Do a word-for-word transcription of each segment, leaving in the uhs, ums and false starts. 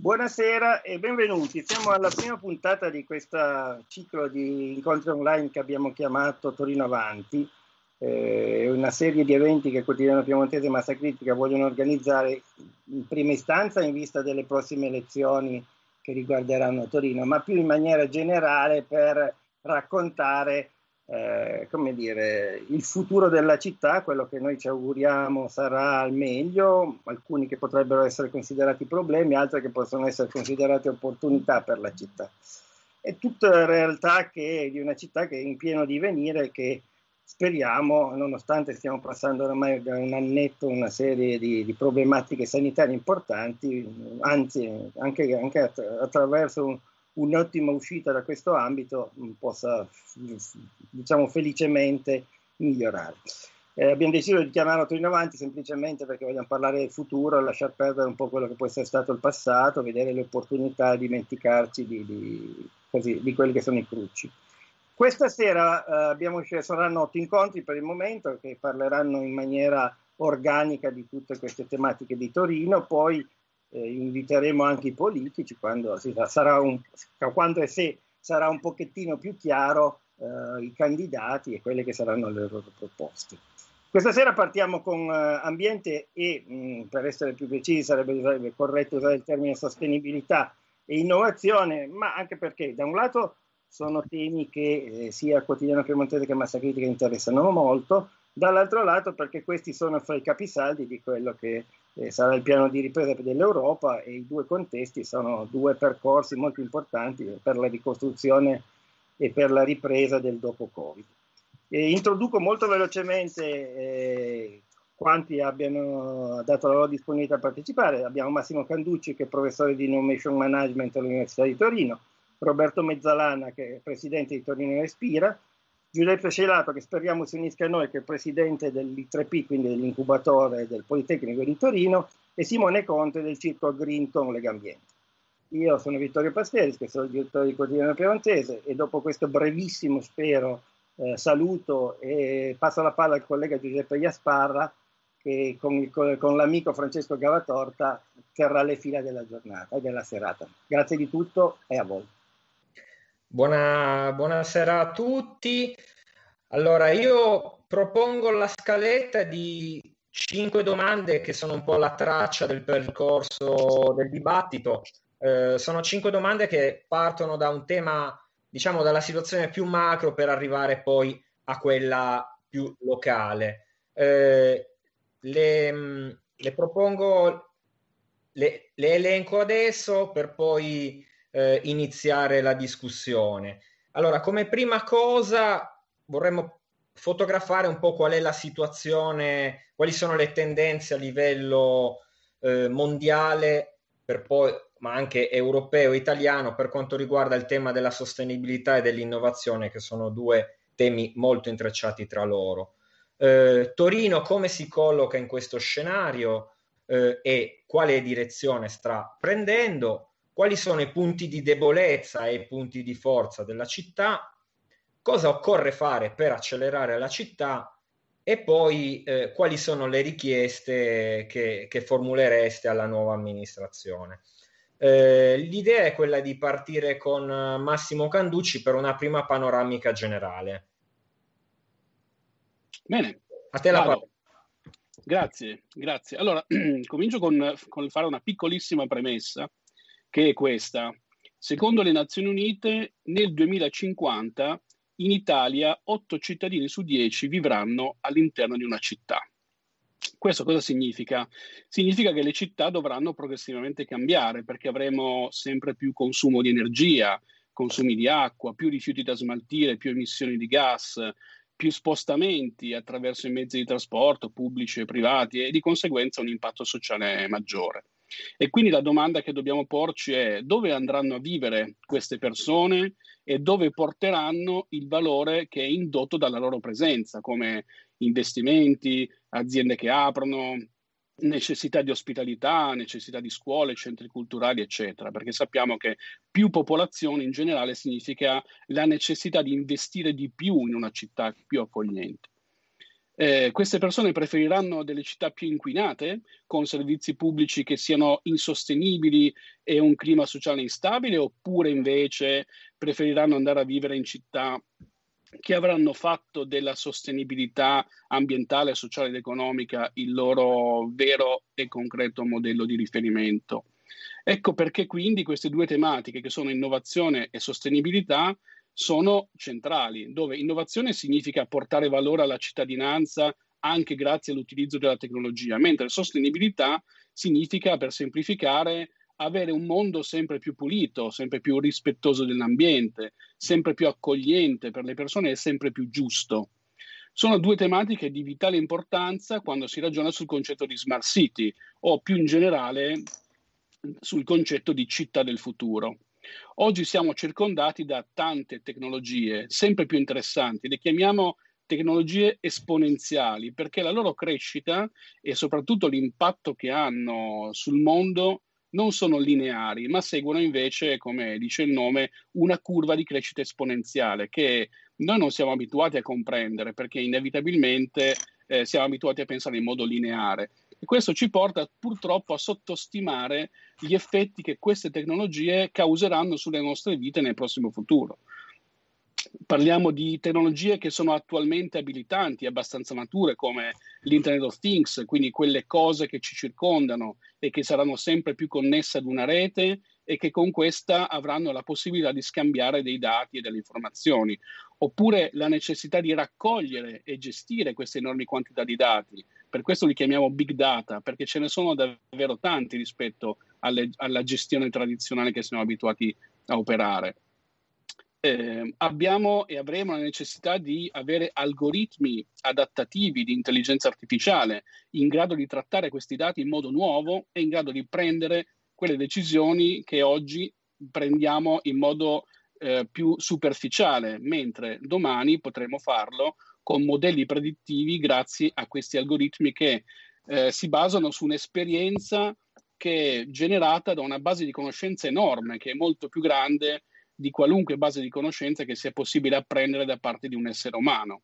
Buonasera e benvenuti. Siamo alla prima puntata di questo ciclo di incontri online che abbiamo chiamato Torino Avanti. Eh, una serie di eventi che il Quotidiano Piemontese e Massa Critica vogliono organizzare in prima istanza in vista delle prossime elezioni che riguarderanno Torino, ma più in maniera generale per raccontare eh, come dire, il futuro della città, quello che noi ci auguriamo sarà al meglio, alcuni che potrebbero essere considerati problemi, altri che possono essere considerate opportunità per la città. È tutta realtà che, di una città che è in pieno divenire, che speriamo, nonostante stiamo passando ormai da un annetto una serie di, di problematiche sanitarie importanti, anzi anche, anche attraverso un, un'ottima uscita da questo ambito possa, diciamo, felicemente migliorare. Eh, abbiamo deciso di chiamarlo Torino Avanti semplicemente perché vogliamo parlare del futuro, lasciar perdere un po' quello che può essere stato il passato, vedere le opportunità, dimenticarci di, di, così, di quelli che sono i crucci. Questa sera eh, abbiamo scelto, saranno otto incontri per il momento che parleranno in maniera organica di tutte queste tematiche di Torino, poi eh, inviteremo anche i politici quando, si, sarà un, quando e se sarà un pochettino più chiaro eh, i candidati e quelle che saranno le loro proposte. Questa sera partiamo con eh, ambiente e, mh, per essere più precisi, sarebbe, sarebbe corretto usare il termine sostenibilità e innovazione, ma anche perché da un lato sono temi che eh, sia Quotidiano Piemontese che Massa Critica interessano molto, dall'altro lato perché questi sono fra i capisaldi di quello che eh, sarà il piano di ripresa dell'Europa e i due contesti sono due percorsi molto importanti per la ricostruzione e per la ripresa del dopo Covid. E introduco molto velocemente eh, quanti abbiano dato la loro disponibilità a partecipare. Abbiamo Massimo Canducci che è professore di Innovation Management all'Università di Torino, Roberto Mezzalana che è presidente di Torino Respira, Giuseppe Celato che speriamo si unisca a noi che è presidente dell'I tre P, quindi dell'incubatore del Politecnico di Torino, e Simone Conte del Circo Greenton Legambiente. Io sono Vittorio Pasteris che sono il direttore di Quotidiano Piemontese e dopo questo brevissimo, spero, eh, saluto e passo la palla al collega Giuseppe Iasparra che con, il, con l'amico Francesco Gavatorta terrà le fila della giornata e della serata. Grazie di tutto e a voi. Buona, buonasera a tutti. Allora, io propongo la scaletta di cinque domande che sono un po' la traccia del percorso del dibattito. Eh, sono cinque domande che partono da un tema, diciamo, dalla situazione più macro per arrivare poi a quella più locale. Eh, le, le propongo, le, le elenco adesso per poi eh, iniziare la discussione. Allora, come prima cosa vorremmo fotografare un po' qual è la situazione, quali sono le tendenze a livello eh, mondiale, per poi, ma anche europeo e italiano, per quanto riguarda il tema della sostenibilità e dell'innovazione, che sono due temi molto intrecciati tra loro. Eh, Torino come si colloca in questo scenario eh, e quale direzione sta prendendo? Quali sono i punti di debolezza e i punti di forza della città? Cosa occorre fare per accelerare la città? E poi eh, quali sono le richieste che, che formulereste alla nuova amministrazione? Eh, l'idea è quella di partire con Massimo Canducci per una prima panoramica generale. Bene, a te la parola. Grazie, grazie. Allora, comincio con, con fare una piccolissima premessa, che è questa. Secondo le Nazioni Unite, nel duemilacinquanta in Italia otto cittadini su dieci vivranno all'interno di una città. Questo cosa significa? Significa che le città dovranno progressivamente cambiare perché avremo sempre più consumo di energia, consumi di acqua, più rifiuti da smaltire, più emissioni di gas, più spostamenti attraverso i mezzi di trasporto pubblici e privati e di conseguenza un impatto sociale maggiore. E quindi la domanda che dobbiamo porci è: dove andranno a vivere queste persone e dove porteranno il valore che è indotto dalla loro presenza, come investimenti, aziende che aprono, necessità di ospitalità, necessità di scuole, centri culturali, eccetera, perché sappiamo che più popolazione in generale significa la necessità di investire di più in una città più accogliente. Eh, queste persone preferiranno delle città più inquinate, con servizi pubblici che siano insostenibili e un clima sociale instabile, oppure invece preferiranno andare a vivere in città che avranno fatto della sostenibilità ambientale, sociale ed economica il loro vero e concreto modello di riferimento. Ecco perché quindi queste due tematiche, che sono innovazione e sostenibilità, sono centrali, dove innovazione significa portare valore alla cittadinanza anche grazie all'utilizzo della tecnologia, mentre sostenibilità significa, per semplificare, avere un mondo sempre più pulito, sempre più rispettoso dell'ambiente, sempre più accogliente per le persone e sempre più giusto. Sono due tematiche di vitale importanza quando si ragiona sul concetto di smart city o più in generale sul concetto di città del futuro. Oggi siamo circondati da tante tecnologie sempre più interessanti, le chiamiamo tecnologie esponenziali perché la loro crescita e soprattutto l'impatto che hanno sul mondo non sono lineari, ma seguono invece, come dice il nome, una curva di crescita esponenziale che noi non siamo abituati a comprendere perché inevitabilmente eh, siamo abituati a pensare in modo lineare. E questo ci porta purtroppo a sottostimare gli effetti che queste tecnologie causeranno sulle nostre vite nel prossimo futuro. Parliamo di tecnologie che sono attualmente abilitanti, abbastanza mature, come l'Internet of Things, quindi quelle cose che ci circondano e che saranno sempre più connesse ad una rete e che con questa avranno la possibilità di scambiare dei dati e delle informazioni. Oppure la necessità di raccogliere e gestire queste enormi quantità di dati. Per questo li chiamiamo big data, perché ce ne sono davvero tanti rispetto alle, alla gestione tradizionale che siamo abituati a operare. Eh, abbiamo e avremo la necessità di avere algoritmi adattativi di intelligenza artificiale in grado di trattare questi dati in modo nuovo e in grado di prendere quelle decisioni che oggi prendiamo in modo eh, più superficiale, mentre domani potremo farlo con modelli predittivi grazie a questi algoritmi che eh, si basano su un'esperienza che è generata da una base di conoscenza enorme, che è molto più grande di qualunque base di conoscenza che sia possibile apprendere da parte di un essere umano.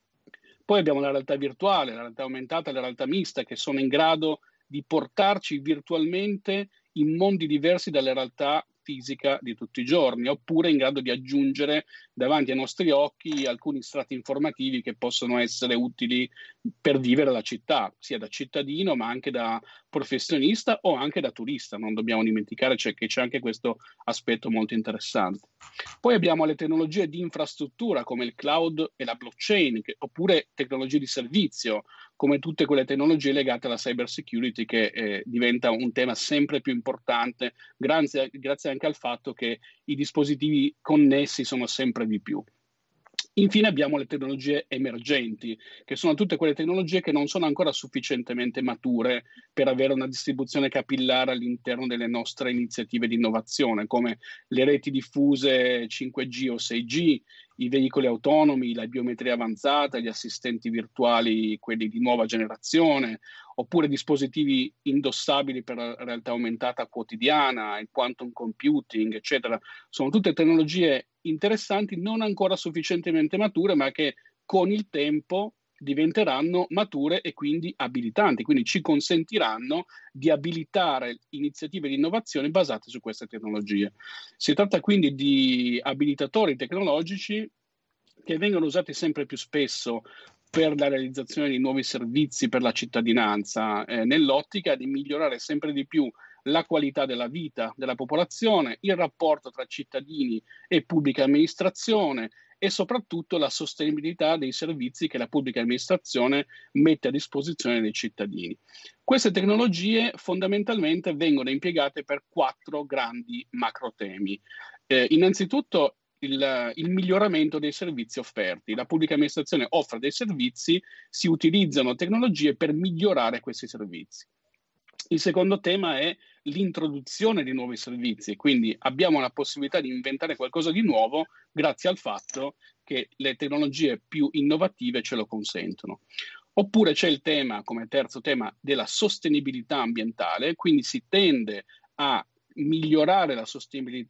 Poi abbiamo la realtà virtuale, la realtà aumentata e la realtà mista, che sono in grado di portarci virtualmente in mondi diversi dalle realtà fisica di tutti i giorni, oppure in grado di aggiungere davanti ai nostri occhi alcuni strati informativi che possono essere utili per vivere la città, sia da cittadino ma anche da professionista o anche da turista. Non dobbiamo dimenticare che c'è anche questo aspetto molto interessante. Poi abbiamo le tecnologie di infrastruttura come il cloud e la blockchain, che, oppure tecnologie di servizio come tutte quelle tecnologie legate alla cyber security, che eh, diventa un tema sempre più importante grazie, grazie anche al fatto che i dispositivi connessi sono sempre di più. Infine abbiamo le tecnologie emergenti, che sono tutte quelle tecnologie che non sono ancora sufficientemente mature per avere una distribuzione capillare all'interno delle nostre iniziative di innovazione, come le reti diffuse cinque G o sei G, i veicoli autonomi, la biometria avanzata, gli assistenti virtuali, quelli di nuova generazione, oppure dispositivi indossabili per la realtà aumentata quotidiana, il quantum computing, eccetera. Sono tutte tecnologie interessanti, non ancora sufficientemente mature, ma che con il tempo diventeranno mature e quindi abilitanti, quindi ci consentiranno di abilitare iniziative di innovazione basate su queste tecnologie. Si tratta quindi di abilitatori tecnologici che vengono usati sempre più spesso per la realizzazione di nuovi servizi per la cittadinanza, eh, nell'ottica di migliorare sempre di più la qualità della vita della popolazione, il rapporto tra cittadini e pubblica amministrazione e soprattutto la sostenibilità dei servizi che la pubblica amministrazione mette a disposizione dei cittadini. Queste tecnologie fondamentalmente vengono impiegate per quattro grandi macro temi. Eh, innanzitutto il, il miglioramento dei servizi offerti. La pubblica amministrazione offre dei servizi, si utilizzano tecnologie per migliorare questi servizi. Il secondo tema è l'introduzione di nuovi servizi, quindi abbiamo la possibilità di inventare qualcosa di nuovo grazie al fatto che le tecnologie più innovative ce lo consentono. Oppure c'è il tema, come terzo tema, della sostenibilità ambientale, quindi si tende a migliorare la sostenibilità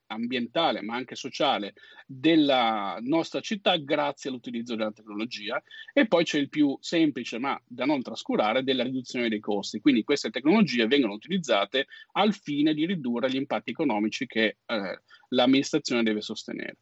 ambientale ma anche sociale della nostra città grazie all'utilizzo della tecnologia. E poi c'è il più semplice ma da non trascurare della riduzione dei costi, quindi queste tecnologie vengono utilizzate al fine di ridurre gli impatti economici che eh, l'amministrazione deve sostenere.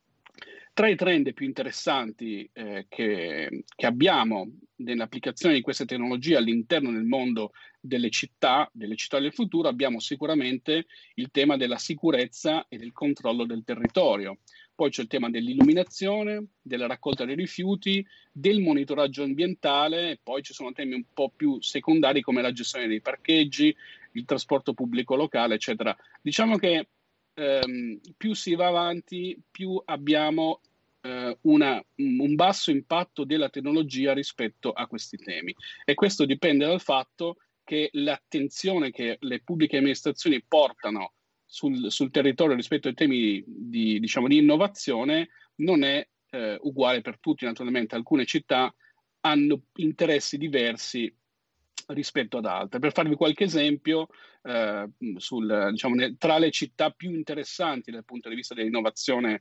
Tra i trend più interessanti eh, che, che abbiamo nell'applicazione di queste tecnologie all'interno del mondo delle città, delle città del futuro, abbiamo sicuramente il tema della sicurezza e del controllo del territorio. Poi c'è il tema dell'illuminazione, della raccolta dei rifiuti, del monitoraggio ambientale, e poi ci sono temi un po' più secondari come la gestione dei parcheggi, il trasporto pubblico locale, eccetera. Diciamo che ehm, più si va avanti, più abbiamo eh, una, un basso impatto della tecnologia rispetto a questi temi. E questo dipende dal fatto che l'attenzione che le pubbliche amministrazioni portano sul, sul territorio rispetto ai temi di, diciamo, di innovazione non è eh, uguale per tutti. Naturalmente alcune città hanno interessi diversi rispetto ad altre. Per farvi qualche esempio, eh, sul, diciamo, tra le città più interessanti dal punto di vista dell'innovazione,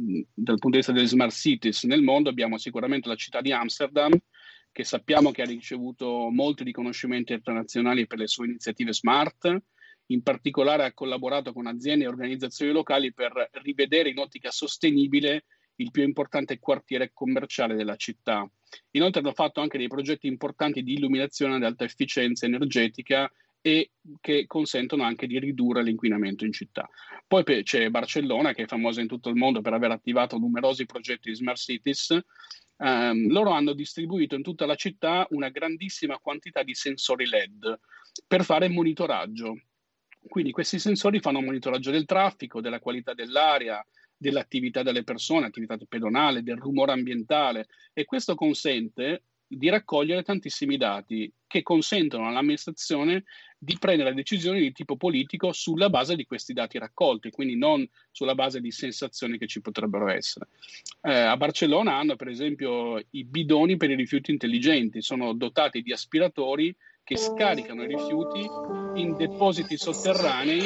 dal punto di vista delle smart cities nel mondo, abbiamo sicuramente la città di Amsterdam, che sappiamo che ha ricevuto molti riconoscimenti internazionali per le sue iniziative smart. In particolare ha collaborato con aziende e organizzazioni locali per rivedere in ottica sostenibile il più importante quartiere commerciale della città. Inoltre hanno fatto anche dei progetti importanti di illuminazione ad alta efficienza energetica e che consentono anche di ridurre l'inquinamento in città. Poi c'è Barcellona, che è famosa in tutto il mondo per aver attivato numerosi progetti di smart cities. Um, loro hanno distribuito in tutta la città una grandissima quantità di sensori L E D per fare monitoraggio. Quindi questi sensori fanno monitoraggio del traffico, della qualità dell'aria, dell'attività delle persone, attività pedonale, del rumore ambientale, e questo consente di raccogliere tantissimi dati che consentono all'amministrazione di prendere decisioni di tipo politico sulla base di questi dati raccolti, quindi non sulla base di sensazioni che ci potrebbero essere. Eh, a Barcellona hanno per esempio i bidoni per i rifiuti intelligenti, sono dotati di aspiratori che scaricano i rifiuti in depositi sotterranei,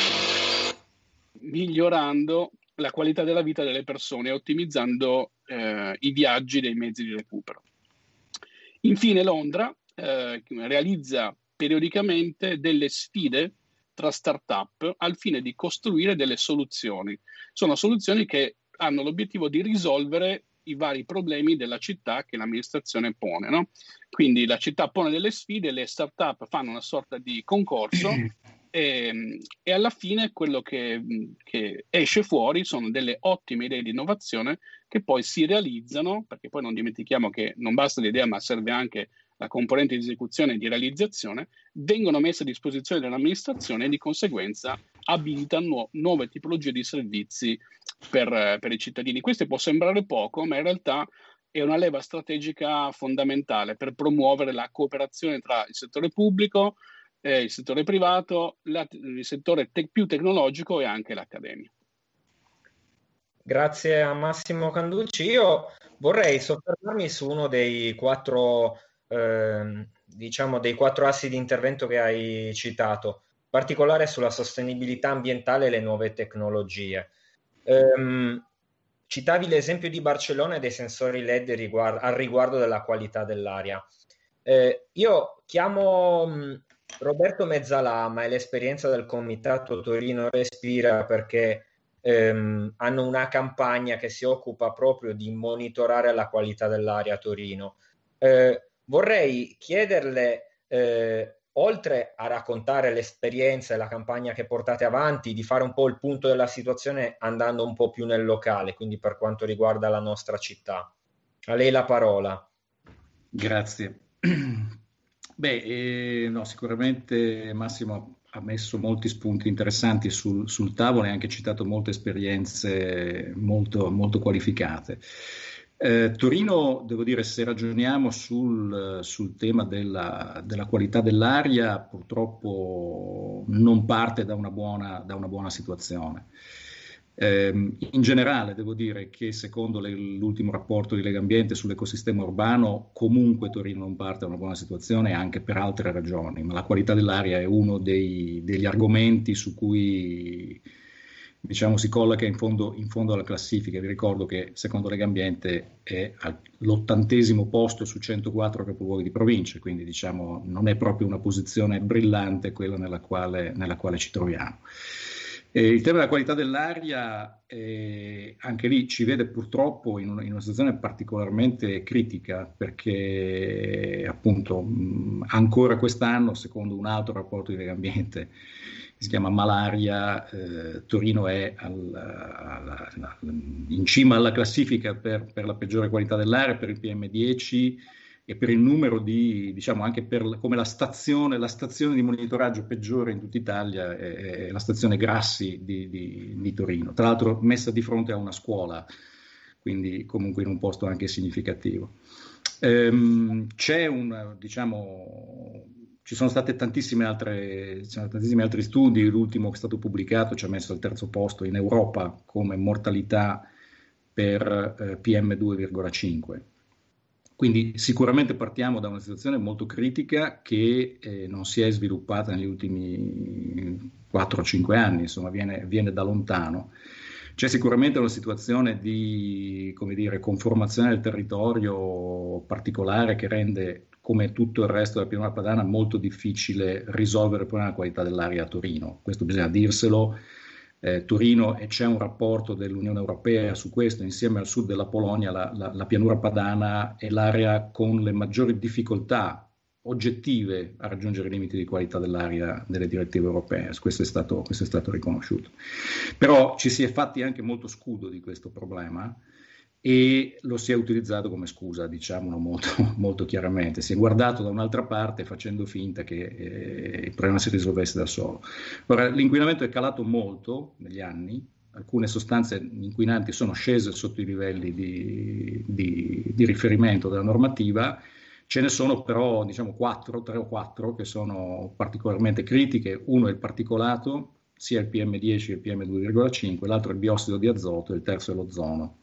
migliorando la qualità della vita delle persone e ottimizzando eh, i viaggi dei mezzi di recupero. Infine Londra eh, realizza periodicamente delle sfide tra start-up al fine di costruire delle soluzioni. Sono soluzioni che hanno l'obiettivo di risolvere i vari problemi della città che l'amministrazione pone, no? Quindi la città pone delle sfide, le start-up fanno una sorta di concorso e, e alla fine quello che, che esce fuori sono delle ottime idee di innovazione che poi si realizzano, perché poi non dimentichiamo che non basta l'idea ma serve anche la componente di esecuzione e di realizzazione, vengono messe a disposizione dell'amministrazione e di conseguenza abilitano nu- nuove tipologie di servizi per, per i cittadini. Questo può sembrare poco, ma in realtà è una leva strategica fondamentale per promuovere la cooperazione tra il settore pubblico, eh, il settore privato, la, il settore te- più tecnologico e anche l'accademia. Grazie a Massimo Canducci. Io vorrei soffermarmi su uno dei quattro, ehm, diciamo, dei quattro assi di intervento che hai citato, in particolare sulla sostenibilità ambientale e le nuove tecnologie. Ehm, citavi l'esempio di Barcellona e dei sensori L E D riguardo, al riguardo della qualità dell'aria. Eh, io chiamo mh, Roberto Mezzalama e l'esperienza del Comitato Torino Respira perché ehm, hanno una campagna che si occupa proprio di monitorare la qualità dell'aria a Torino. Eh, vorrei chiederle, eh, oltre a raccontare l'esperienza e la campagna che portate avanti, di fare un po' il punto della situazione andando un po' più nel locale, quindi per quanto riguarda la nostra città. A lei la parola. Grazie. Beh, eh, no, sicuramente Massimo ha messo molti spunti interessanti sul, sul tavolo e ha anche citato molte esperienze molto, molto qualificate. Eh, Torino, devo dire, se ragioniamo sul, sul tema della, della qualità dell'aria, purtroppo non parte da una buona, da una buona situazione. Eh, in generale devo dire che secondo le, l'ultimo rapporto di Legambiente sull'ecosistema urbano comunque Torino non parte da una buona situazione anche per altre ragioni, ma la qualità dell'aria è uno dei, degli argomenti su cui diciamo, si colloca in fondo, in fondo alla classifica. Vi ricordo che secondo Legambiente è all'ottantesimo posto su centoquattro capoluoghi di province, quindi diciamo non è proprio una posizione brillante quella nella quale, nella quale ci troviamo. Eh, il tema della qualità dell'aria, eh, anche lì ci vede purtroppo in una, in una situazione particolarmente critica, perché appunto mh, ancora quest'anno, secondo un altro rapporto di Legambiente, si chiama Malaria, eh, Torino è al, al, al, in cima alla classifica per, per la peggiore qualità dell'aria, per il P M dieci e per il numero di, diciamo anche per come la stazione, la stazione di monitoraggio peggiore in tutta Italia è, è la stazione Grassi di, di, di Torino, tra l'altro messa di fronte a una scuola, quindi comunque in un posto anche significativo. Ehm, c'è un, diciamo, ci sono state tantissime altre, ci sono tantissimi altri studi, l'ultimo che è stato pubblicato ci ha messo al terzo posto in Europa come mortalità per eh, P M due virgola cinque. Quindi sicuramente partiamo da una situazione molto critica che eh, non si è sviluppata negli ultimi quattro cinque anni, insomma viene, viene da lontano. C'è sicuramente una situazione di, come dire, conformazione del territorio particolare che rende, come tutto il resto della pianura padana, molto difficile risolvere il problema della qualità dell'aria a Torino. Questo bisogna dirselo. Eh, Torino, e c'è un rapporto dell'Unione Europea su questo, insieme al sud della Polonia, la, la, la pianura padana è l'area con le maggiori difficoltà oggettive a raggiungere i limiti di qualità dell'aria delle direttive europee. Questo è stato, questo è stato riconosciuto. Però ci si è fatti anche molto scudo di questo problema e lo si è utilizzato come scusa, diciamolo molto, molto chiaramente. Si è guardato da un'altra parte facendo finta che eh, il problema si risolvesse da solo. Ora, l'inquinamento è calato molto negli anni, alcune sostanze inquinanti sono scese sotto i livelli di, di, di riferimento della normativa, ce ne sono però diciamo quattro, tre o quattro che sono particolarmente critiche. Uno è il particolato, sia il P M dieci che il P M due virgola cinque, l'altro è il biossido di azoto e il terzo è l'ozono.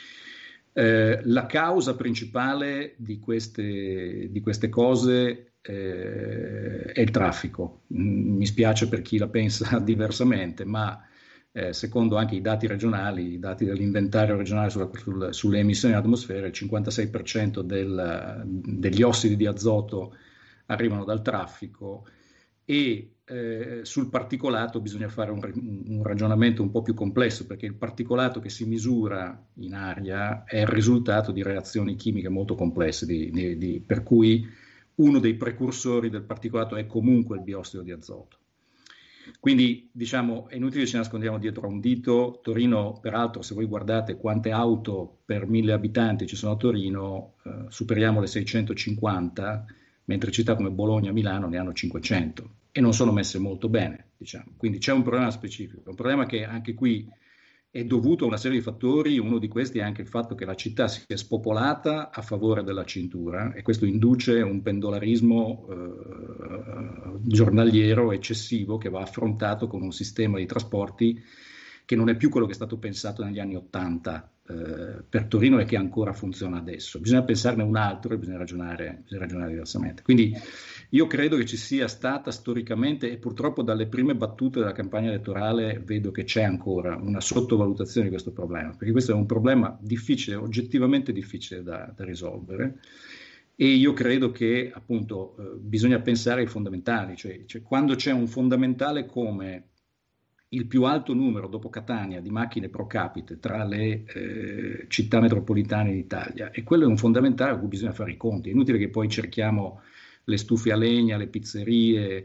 Eh, la causa principale di queste, di queste cose eh, è il traffico. Mm, mi spiace per chi la pensa diversamente, ma eh, secondo anche i dati regionali, i dati dell'inventario regionale sulla, sul, sulle emissioni in atmosfera, il cinquantasei per cento del, degli ossidi di azoto arrivano dal traffico. E eh, sul particolato bisogna fare un, un ragionamento un po' più complesso, perché il particolato che si misura in aria è il risultato di reazioni chimiche molto complesse, di, di, di, per cui uno dei precursori del particolato è comunque il biossido di azoto. Quindi diciamo è inutile che ci nascondiamo dietro a un dito. Torino, peraltro, se voi guardate quante auto per mille abitanti ci sono a Torino, eh, superiamo le seicentocinquanta, mentre città come Bologna e Milano ne hanno cinquecento e non sono messe molto bene, diciamo. Quindi c'è un problema specifico, un problema che anche qui è dovuto a una serie di fattori. Uno di questi è anche il fatto che la città si è spopolata a favore della cintura e questo induce un pendolarismo eh, giornaliero eccessivo che va affrontato con un sistema di trasporti che non è più quello che è stato pensato negli anni Ottanta eh, per Torino e che ancora funziona adesso. Bisogna pensarne un altro e bisogna ragionare, bisogna ragionare diversamente. Quindi io credo che ci sia stata storicamente, e purtroppo dalle prime battute della campagna elettorale vedo che c'è ancora una sottovalutazione di questo problema, perché questo è un problema difficile, oggettivamente difficile da, da risolvere. E io credo che appunto eh, bisogna pensare ai fondamentali, cioè, cioè quando c'è un fondamentale come il più alto numero dopo Catania di macchine pro capite tra le eh, città metropolitane d'Italia, e quello è un fondamentale a cui bisogna fare i conti. È inutile che poi cerchiamo le stufe a legna, le pizzerie,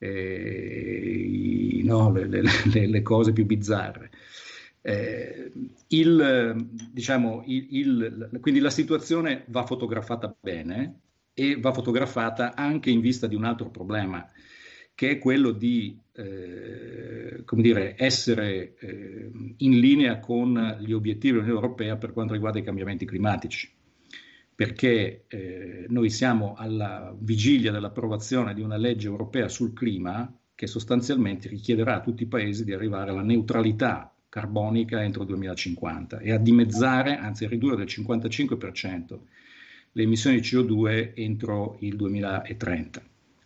eh, i, no, le, le, le cose più bizzarre. Eh, il, diciamo, il, il, quindi la situazione va fotografata bene e va fotografata anche in vista di un altro problema, che è quello di eh, come dire, essere eh, in linea con gli obiettivi dell'Unione Europea per quanto riguarda i cambiamenti climatici, perché eh, noi siamo alla vigilia dell'approvazione di una legge europea sul clima che sostanzialmente richiederà a tutti i paesi di arrivare alla neutralità carbonica entro il duemilacinquanta e a dimezzare, anzi a ridurre del cinquantacinque per cento le emissioni di C O due entro il duemilatrenta.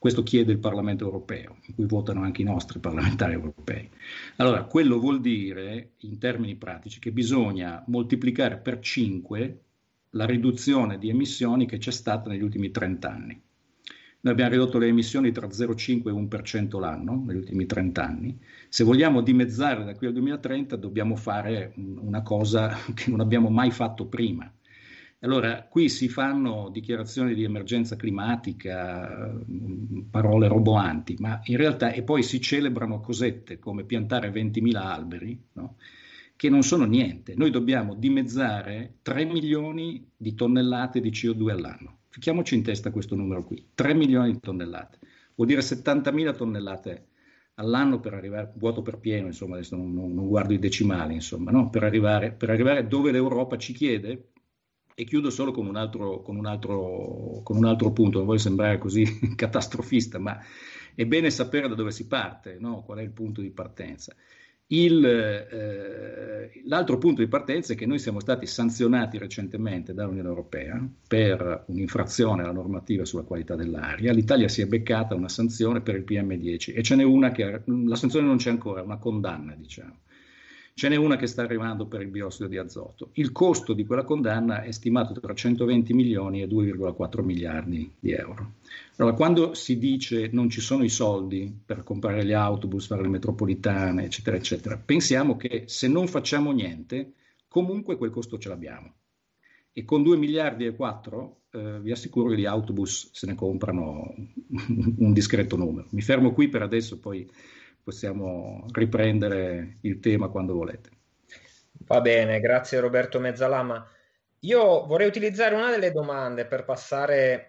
Questo chiede il Parlamento europeo, in cui votano anche i nostri parlamentari europei. Allora, quello vuol dire, in termini pratici, che bisogna moltiplicare per cinque la riduzione di emissioni che c'è stata negli ultimi trenta anni. Noi abbiamo ridotto le emissioni tra zero virgola cinque e uno per cento l'anno negli ultimi trenta anni. Se vogliamo dimezzare da qui al duemilatrenta dobbiamo fare una cosa che non abbiamo mai fatto prima. Allora, qui si fanno dichiarazioni di emergenza climatica, parole roboanti, ma in realtà, e poi si celebrano cosette come piantare ventimila alberi, no? Che non sono niente. Noi dobbiamo dimezzare tre milioni di tonnellate di C O due all'anno. Ficchiamoci in testa questo numero qui, tre milioni di tonnellate. Vuol dire settantamila tonnellate all'anno per arrivare, vuoto per pieno, insomma, adesso non, non, non guardo i decimali, insomma, no? Per arrivare, per arrivare dove l'Europa ci chiede. E chiudo solo con un altro, con un altro, con un altro punto, non voglio sembrare così catastrofista, ma è bene sapere da dove si parte, no? Qual è il punto di partenza. Il, eh, l'altro punto di partenza è che noi siamo stati sanzionati recentemente dall'Unione Europea per un'infrazione alla normativa sulla qualità dell'aria. L'Italia si è beccata una sanzione per il P M dieci e ce n'è una che, la sanzione non c'è ancora, è una condanna, diciamo. Ce n'è una che sta arrivando per il biossido di azoto. Il costo di quella condanna è stimato tra centoventi milioni e due virgola quattro miliardi di euro. Allora, quando si dice non ci sono i soldi per comprare gli autobus, fare le metropolitane, eccetera, eccetera, pensiamo che se non facciamo niente, comunque quel costo ce l'abbiamo. E con due miliardi e quattro eh, vi assicuro che gli autobus se ne comprano un discreto numero. Mi fermo qui per adesso, poi possiamo riprendere il tema quando volete. Va bene, grazie Roberto Mezzalama. Io vorrei utilizzare una delle domande per passare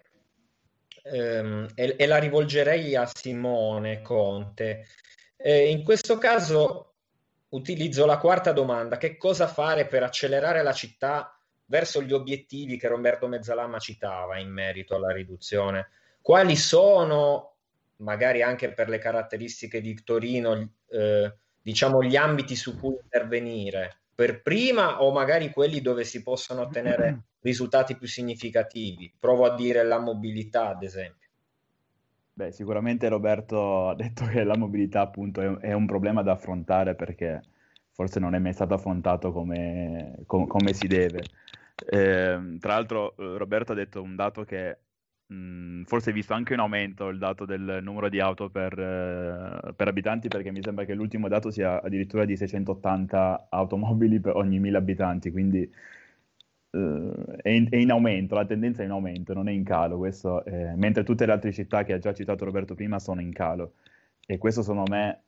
ehm, e, e la rivolgerei a Simone Conte. Eh, in questo caso utilizzo la quarta domanda: che cosa fare per accelerare la città verso gli obiettivi che Roberto Mezzalama citava in merito alla riduzione? Quali sono, magari anche per le caratteristiche di Torino, eh, diciamo gli ambiti su cui intervenire per prima, o magari quelli dove si possono ottenere risultati più significativi? Provo a dire la mobilità, ad esempio. Beh, sicuramente Roberto ha detto che la mobilità appunto è, è un problema da affrontare, perché forse non è mai stato affrontato come, com- come si deve. Eh, tra l'altro Roberto ha detto un dato che Mm, forse hai visto anche un aumento, il dato del numero di auto per, eh, per abitanti, perché mi sembra che l'ultimo dato sia addirittura di seicentottanta automobili per ogni mille abitanti, quindi eh, è, in, è in aumento, la tendenza è in aumento, non è in calo, questo, eh, mentre tutte le altre città che ha già citato Roberto prima sono in calo, e questo secondo me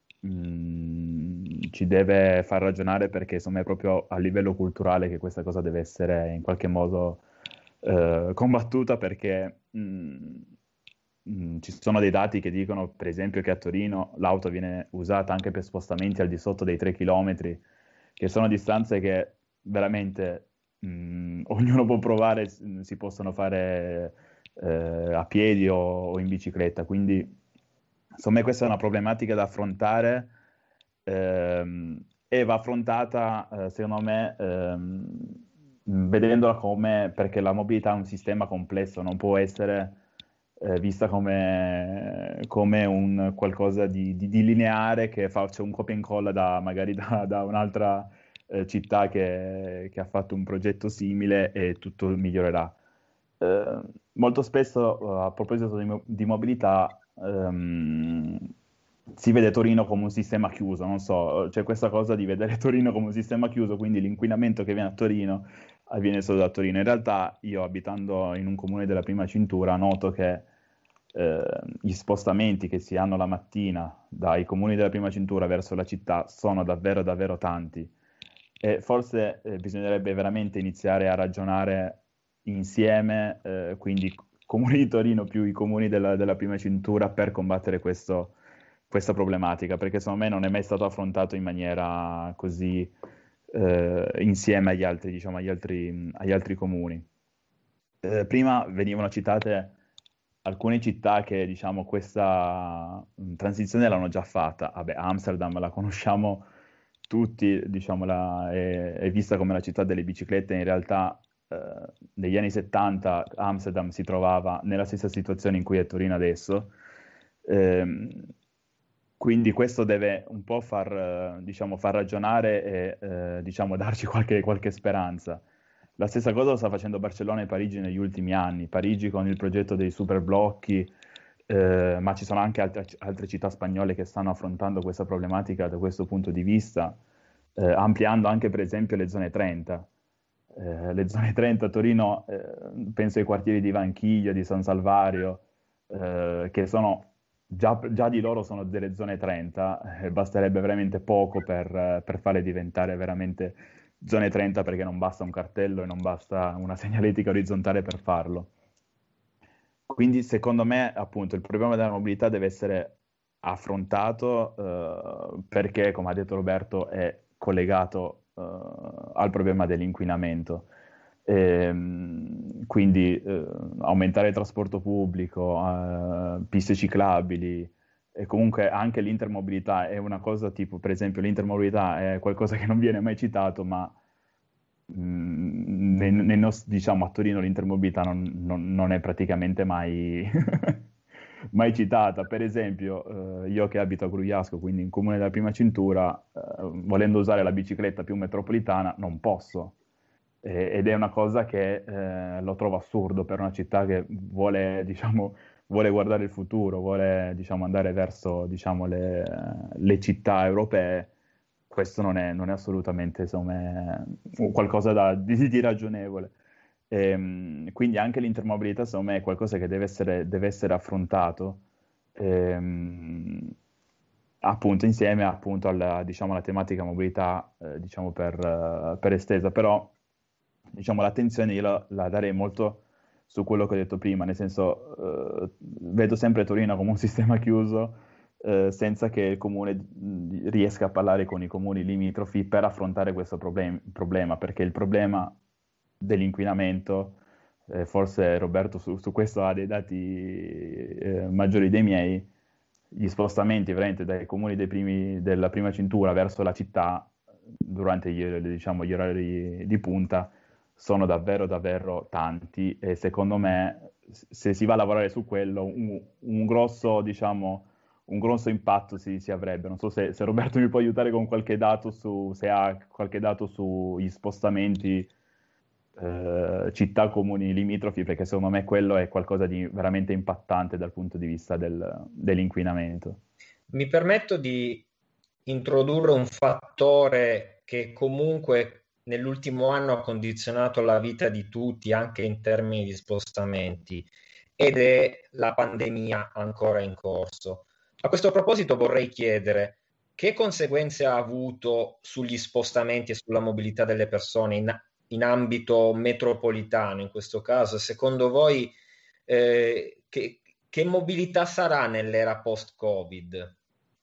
mm, ci deve far ragionare, perché secondo me è proprio a livello culturale che questa cosa deve essere in qualche modo Uh, combattuta, perché mh, mh, ci sono dei dati che dicono, per esempio, che a Torino l'auto viene usata anche per spostamenti al di sotto dei tre chilometri, che sono distanze che veramente mh, ognuno può provare, si possono fare uh, a piedi o, o in bicicletta, quindi insomma questa è una problematica da affrontare, ehm, e va affrontata uh, secondo me ehm, vedendola come, perché la mobilità è un sistema complesso, non può essere eh, vista come, come un qualcosa di, di, di lineare che faccia un copia e incolla da, magari da, da un'altra eh, città che, che ha fatto un progetto simile e tutto migliorerà. Eh, molto spesso, a proposito di, di mobilità, ehm, si vede Torino come un sistema chiuso, non so, c'è questa cosa di vedere Torino come un sistema chiuso, quindi l'inquinamento che viene a Torino avviene solo da Torino. In realtà io, abitando in un comune della prima cintura, noto che eh, gli spostamenti che si hanno la mattina dai comuni della prima cintura verso la città sono davvero davvero tanti, e forse eh, bisognerebbe veramente iniziare a ragionare insieme, eh, quindi comuni di Torino più i comuni della, della prima cintura, per combattere questo, questa problematica, perché secondo me non è mai stato affrontato in maniera così eh, insieme agli altri, diciamo, agli altri, agli altri comuni. Eh, prima venivano citate alcune città che, diciamo, questa transizione l'hanno già fatta. Vabbè, Amsterdam la conosciamo tutti, diciamo, la, è, è vista come la città delle biciclette. In realtà eh, negli anni settanta Amsterdam si trovava nella stessa situazione in cui è Torino adesso, Ehm, quindi questo deve un po' far, diciamo, far ragionare e eh, diciamo, darci qualche, qualche speranza. La stessa cosa lo sta facendo Barcellona e Parigi negli ultimi anni. Parigi con il progetto dei superblocchi, eh, ma ci sono anche altre, altre città spagnole che stanno affrontando questa problematica da questo punto di vista, eh, ampliando anche per esempio le zone trenta. Eh, le zone trenta a Torino, eh, penso ai quartieri di Vanchiglia, di San Salvario, eh, che sono già, già di loro sono delle zone trenta, eh, basterebbe veramente poco per, per farle diventare veramente zone trenta, perché non basta un cartello e non basta una segnaletica orizzontale per farlo. Quindi secondo me appunto il problema della mobilità deve essere affrontato eh, perché, come ha detto Roberto, è collegato eh, al problema dell'inquinamento. E, quindi eh, aumentare il trasporto pubblico, eh, piste ciclabili e comunque anche l'intermobilità è una cosa tipo, per esempio l'intermobilità è qualcosa che non viene mai citato, ma mh, nei, nei nostri, diciamo, a Torino l'intermobilità non, non, non è praticamente mai, mai citata. Per esempio eh, io che abito a Grugliasco, quindi in comune della prima cintura, eh, volendo usare la bicicletta più metropolitana non posso. Ed è una cosa che eh, lo trovo assurdo per una città che vuole, diciamo, vuole guardare il futuro, vuole, diciamo, andare verso, diciamo, le, le città europee. Questo non è, non è assolutamente, insomma, qualcosa da, di, di ragionevole. E, quindi anche l'intermobilità, secondo me, è qualcosa che deve essere, deve essere affrontato, e, appunto insieme appunto alla, diciamo, alla tematica mobilità, eh, diciamo, per, per estesa. Però diciamo l'attenzione io la, la darei molto su quello che ho detto prima, nel senso eh, vedo sempre Torino come un sistema chiuso, eh, senza che il comune riesca a parlare con i comuni limitrofi per affrontare questo problem- problema, perché il problema dell'inquinamento, eh, forse Roberto su, su questo ha dei dati eh, maggiori dei miei, gli spostamenti veramente dai comuni dei primi, della prima cintura verso la città durante gli, diciamo, gli orari di punta sono davvero davvero tanti, e secondo me se si va a lavorare su quello un, un grosso, diciamo, un grosso impatto si, si avrebbe. Non so se, se Roberto mi può aiutare con qualche dato, su se ha qualche dato sugli spostamenti eh, città, comuni limitrofi, perché secondo me quello è qualcosa di veramente impattante dal punto di vista del, dell'inquinamento. Mi permetto di introdurre un fattore che comunque nell'ultimo anno ha condizionato la vita di tutti, anche in termini di spostamenti, ed è la pandemia ancora in corso. A questo proposito vorrei chiedere che conseguenze ha avuto sugli spostamenti e sulla mobilità delle persone in, in ambito metropolitano in questo caso. Secondo voi eh, che, che mobilità sarà nell'era post-Covid?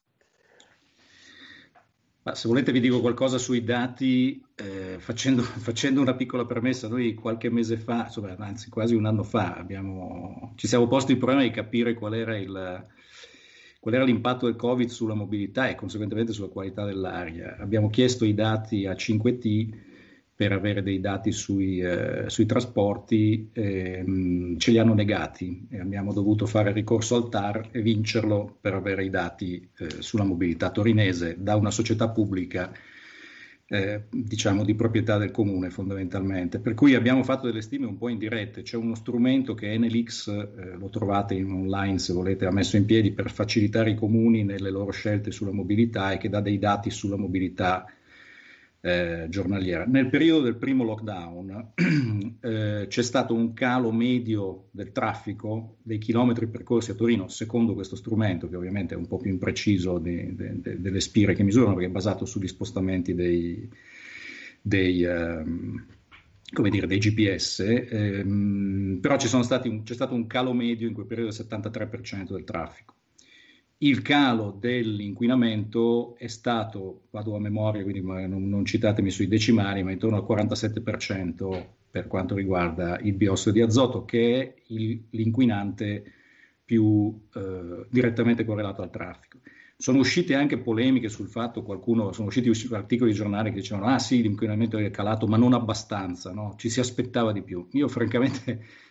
Ma se volete vi dico qualcosa sui dati, eh, facendo, facendo una piccola premessa. Noi qualche mese fa, insomma, anzi quasi un anno fa, abbiamo, ci siamo posti il problema di capire qual era, il, qual era l'impatto del Covid sulla mobilità e conseguentemente sulla qualità dell'aria. Abbiamo chiesto i dati a cinque T per avere dei dati sui, eh, sui trasporti, eh, mh, ce li hanno negati e abbiamo dovuto fare ricorso al T A R e vincerlo per avere i dati eh, sulla mobilità torinese da una società pubblica, eh, diciamo di proprietà del comune fondamentalmente. Per cui abbiamo fatto delle stime un po' indirette. C'è uno strumento che Enelix, eh, lo trovate in online se volete, ha messo in piedi per facilitare i comuni nelle loro scelte sulla mobilità e che dà dei dati sulla mobilità Eh, giornaliera. Nel periodo del primo lockdown eh, c'è stato un calo medio del traffico dei chilometri percorsi a Torino, secondo questo strumento, che ovviamente è un po' più impreciso de, de, de, delle spire che misurano, perché è basato sugli spostamenti dei, dei ehm, come dire, dei G P S, ehm, però ci sono stati un, c'è stato un calo medio in quel periodo del settantatré per cento del traffico. Il calo dell'inquinamento è stato, vado a memoria, quindi non, non citatemi sui decimali, ma intorno al quarantasette per cento per quanto riguarda il biossido di azoto, che è il, l'inquinante più eh, direttamente correlato al traffico. Sono uscite anche polemiche sul fatto, qualcuno, sono usciti articoli di giornale che dicevano ah sì, l'inquinamento è calato, ma non abbastanza, no? Ci si aspettava di più. Io francamente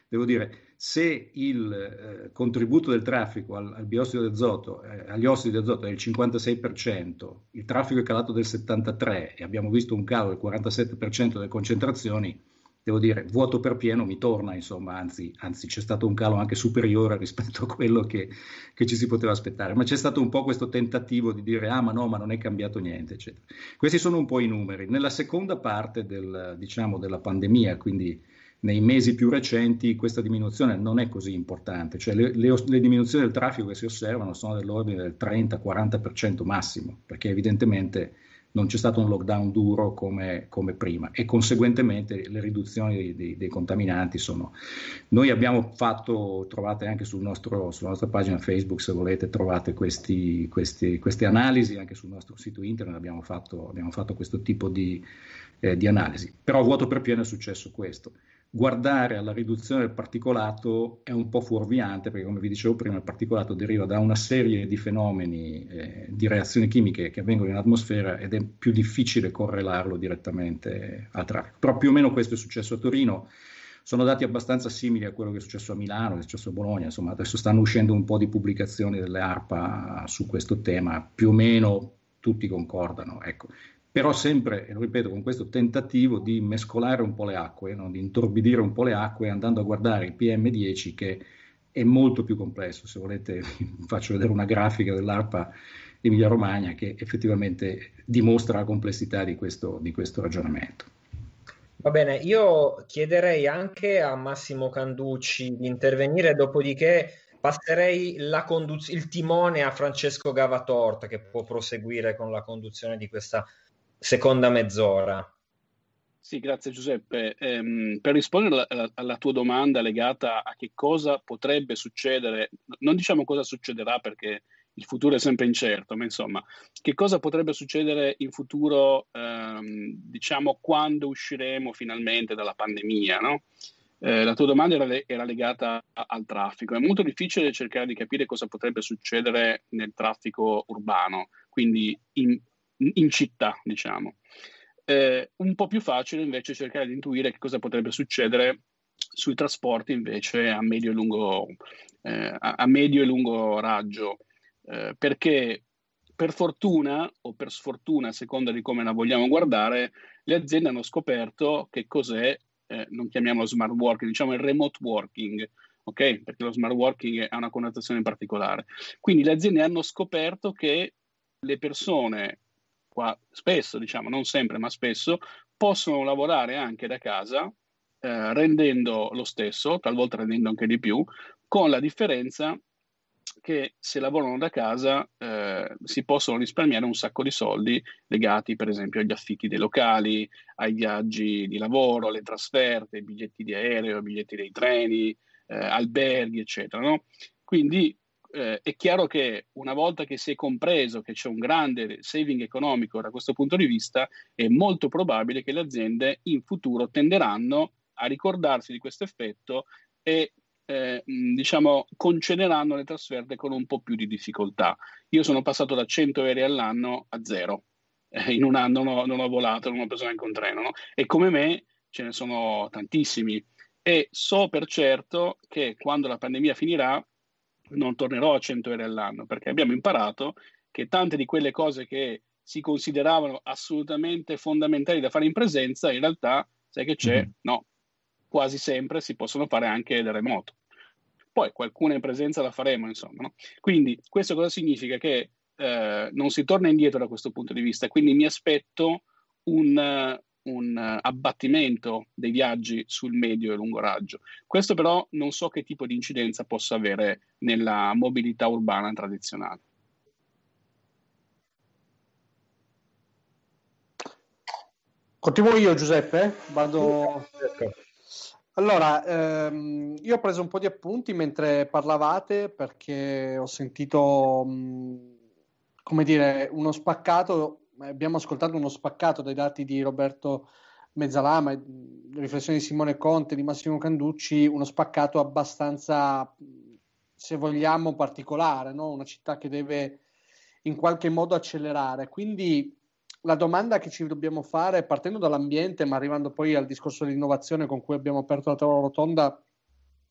devo dire, se il eh, contributo del traffico al, al biossido di azoto, eh, agli ossidi di azoto è il cinquantasei per cento, il traffico è calato del settantatré per cento e abbiamo visto un calo del quarantasette per cento delle concentrazioni, devo dire, vuoto per pieno mi torna, insomma, anzi, anzi c'è stato un calo anche superiore rispetto a quello che, che ci si poteva aspettare, ma c'è stato un po' questo tentativo di dire ah ma no, ma non è cambiato niente, eccetera. Questi sono un po' i numeri. Nella seconda parte del, diciamo, della pandemia, quindi nei mesi più recenti, questa diminuzione non è così importante, cioè le, le, le diminuzioni del traffico che si osservano sono dell'ordine del trenta quaranta per cento massimo, perché evidentemente non c'è stato un lockdown duro come, come prima e conseguentemente le riduzioni dei, dei, dei contaminanti sono... Noi abbiamo fatto, trovate anche sul nostro, sulla nostra pagina Facebook, se volete, trovate questi, questi, queste analisi, anche sul nostro sito internet abbiamo fatto, abbiamo fatto questo tipo di, eh, di analisi. Però a vuoto per pieno è successo questo. Guardare alla riduzione del particolato è un po' fuorviante perché, come vi dicevo prima, il particolato deriva da una serie di fenomeni, eh, di reazioni chimiche che avvengono in atmosfera ed è più difficile correlarlo direttamente al traffico. Però più o meno questo è successo a Torino, sono dati abbastanza simili a quello che è successo a Milano, che è successo a Bologna, insomma adesso stanno uscendo un po' di pubblicazioni delle ARPA su questo tema, più o meno tutti concordano, ecco. Però sempre, lo ripeto, con questo tentativo di mescolare un po' le acque, no? Di intorbidire un po' le acque andando a guardare il P M dieci che è molto più complesso. Se volete faccio vedere una grafica dell'ARPA Emilia Romagna che effettivamente dimostra la complessità di questo, di questo ragionamento. Va bene, io chiederei anche a Massimo Canducci di intervenire, dopodiché passerei la conduz- il timone a Francesco Gavatorta che può proseguire con la conduzione di questa seconda mezz'ora. Sì, grazie Giuseppe. Ehm, per rispondere alla, alla tua domanda legata a che cosa potrebbe succedere, non diciamo cosa succederà perché il futuro è sempre incerto, ma insomma, che cosa potrebbe succedere in futuro, ehm, diciamo, quando usciremo finalmente dalla pandemia, no? Eh, la tua domanda era, le- era legata a- al traffico. È molto difficile cercare di capire cosa potrebbe succedere nel traffico urbano, quindi in, in città, diciamo. Eh, un po' più facile invece cercare di intuire che cosa potrebbe succedere sui trasporti invece a medio e lungo, eh, a, a medio e lungo raggio, eh, perché per fortuna o per sfortuna, a seconda di come la vogliamo guardare, le aziende hanno scoperto che cos'è, eh, non chiamiamolo smart working, diciamo il remote working, ok? Perché lo smart working ha una connotazione particolare. Quindi le aziende hanno scoperto che le persone, qua spesso, diciamo, non sempre, ma spesso, possono lavorare anche da casa, eh, rendendo lo stesso, talvolta rendendo anche di più, con la differenza che se lavorano da casa eh, si possono risparmiare un sacco di soldi legati per esempio agli affitti dei locali, ai viaggi di lavoro, alle trasferte, ai biglietti di aereo, ai biglietti dei treni, eh, alberghi, eccetera, no? Quindi eh, è chiaro che una volta che si è compreso che c'è un grande saving economico da questo punto di vista, è molto probabile che le aziende in futuro tenderanno a ricordarsi di questo effetto e Eh, diciamo concederanno le trasferte con un po' più di difficoltà. Io sono passato da cento aerei all'anno a zero, eh, in un anno non ho, non ho volato, non ho preso neanche un treno, no? E come me ce ne sono tantissimi e so per certo che quando la pandemia finirà non tornerò a cento aerei all'anno perché abbiamo imparato che tante di quelle cose che si consideravano assolutamente fondamentali da fare in presenza in realtà, sai che c'è? Mm-hmm. No, quasi sempre si possono fare anche da remoto. Poi qualcuna in presenza la faremo, insomma. No? Quindi questo cosa significa? Che eh, non si torna indietro da questo punto di vista, quindi mi aspetto un, uh, un uh, abbattimento dei viaggi sul medio e lungo raggio. Questo però non so che tipo di incidenza possa avere nella mobilità urbana tradizionale. Continuo io, Giuseppe? Vado... Allora, ehm, io ho preso un po' di appunti mentre parlavate perché ho sentito, mh, come dire, uno spaccato, abbiamo ascoltato uno spaccato dai dati di Roberto Mezzalama, le riflessioni di Simone Conte, di Massimo Canducci, uno spaccato abbastanza, se vogliamo, particolare, no? Una città che deve in qualche modo accelerare. Quindi la domanda che ci dobbiamo fare, partendo dall'ambiente, ma arrivando poi al discorso dell'innovazione con cui abbiamo aperto la tavola rotonda,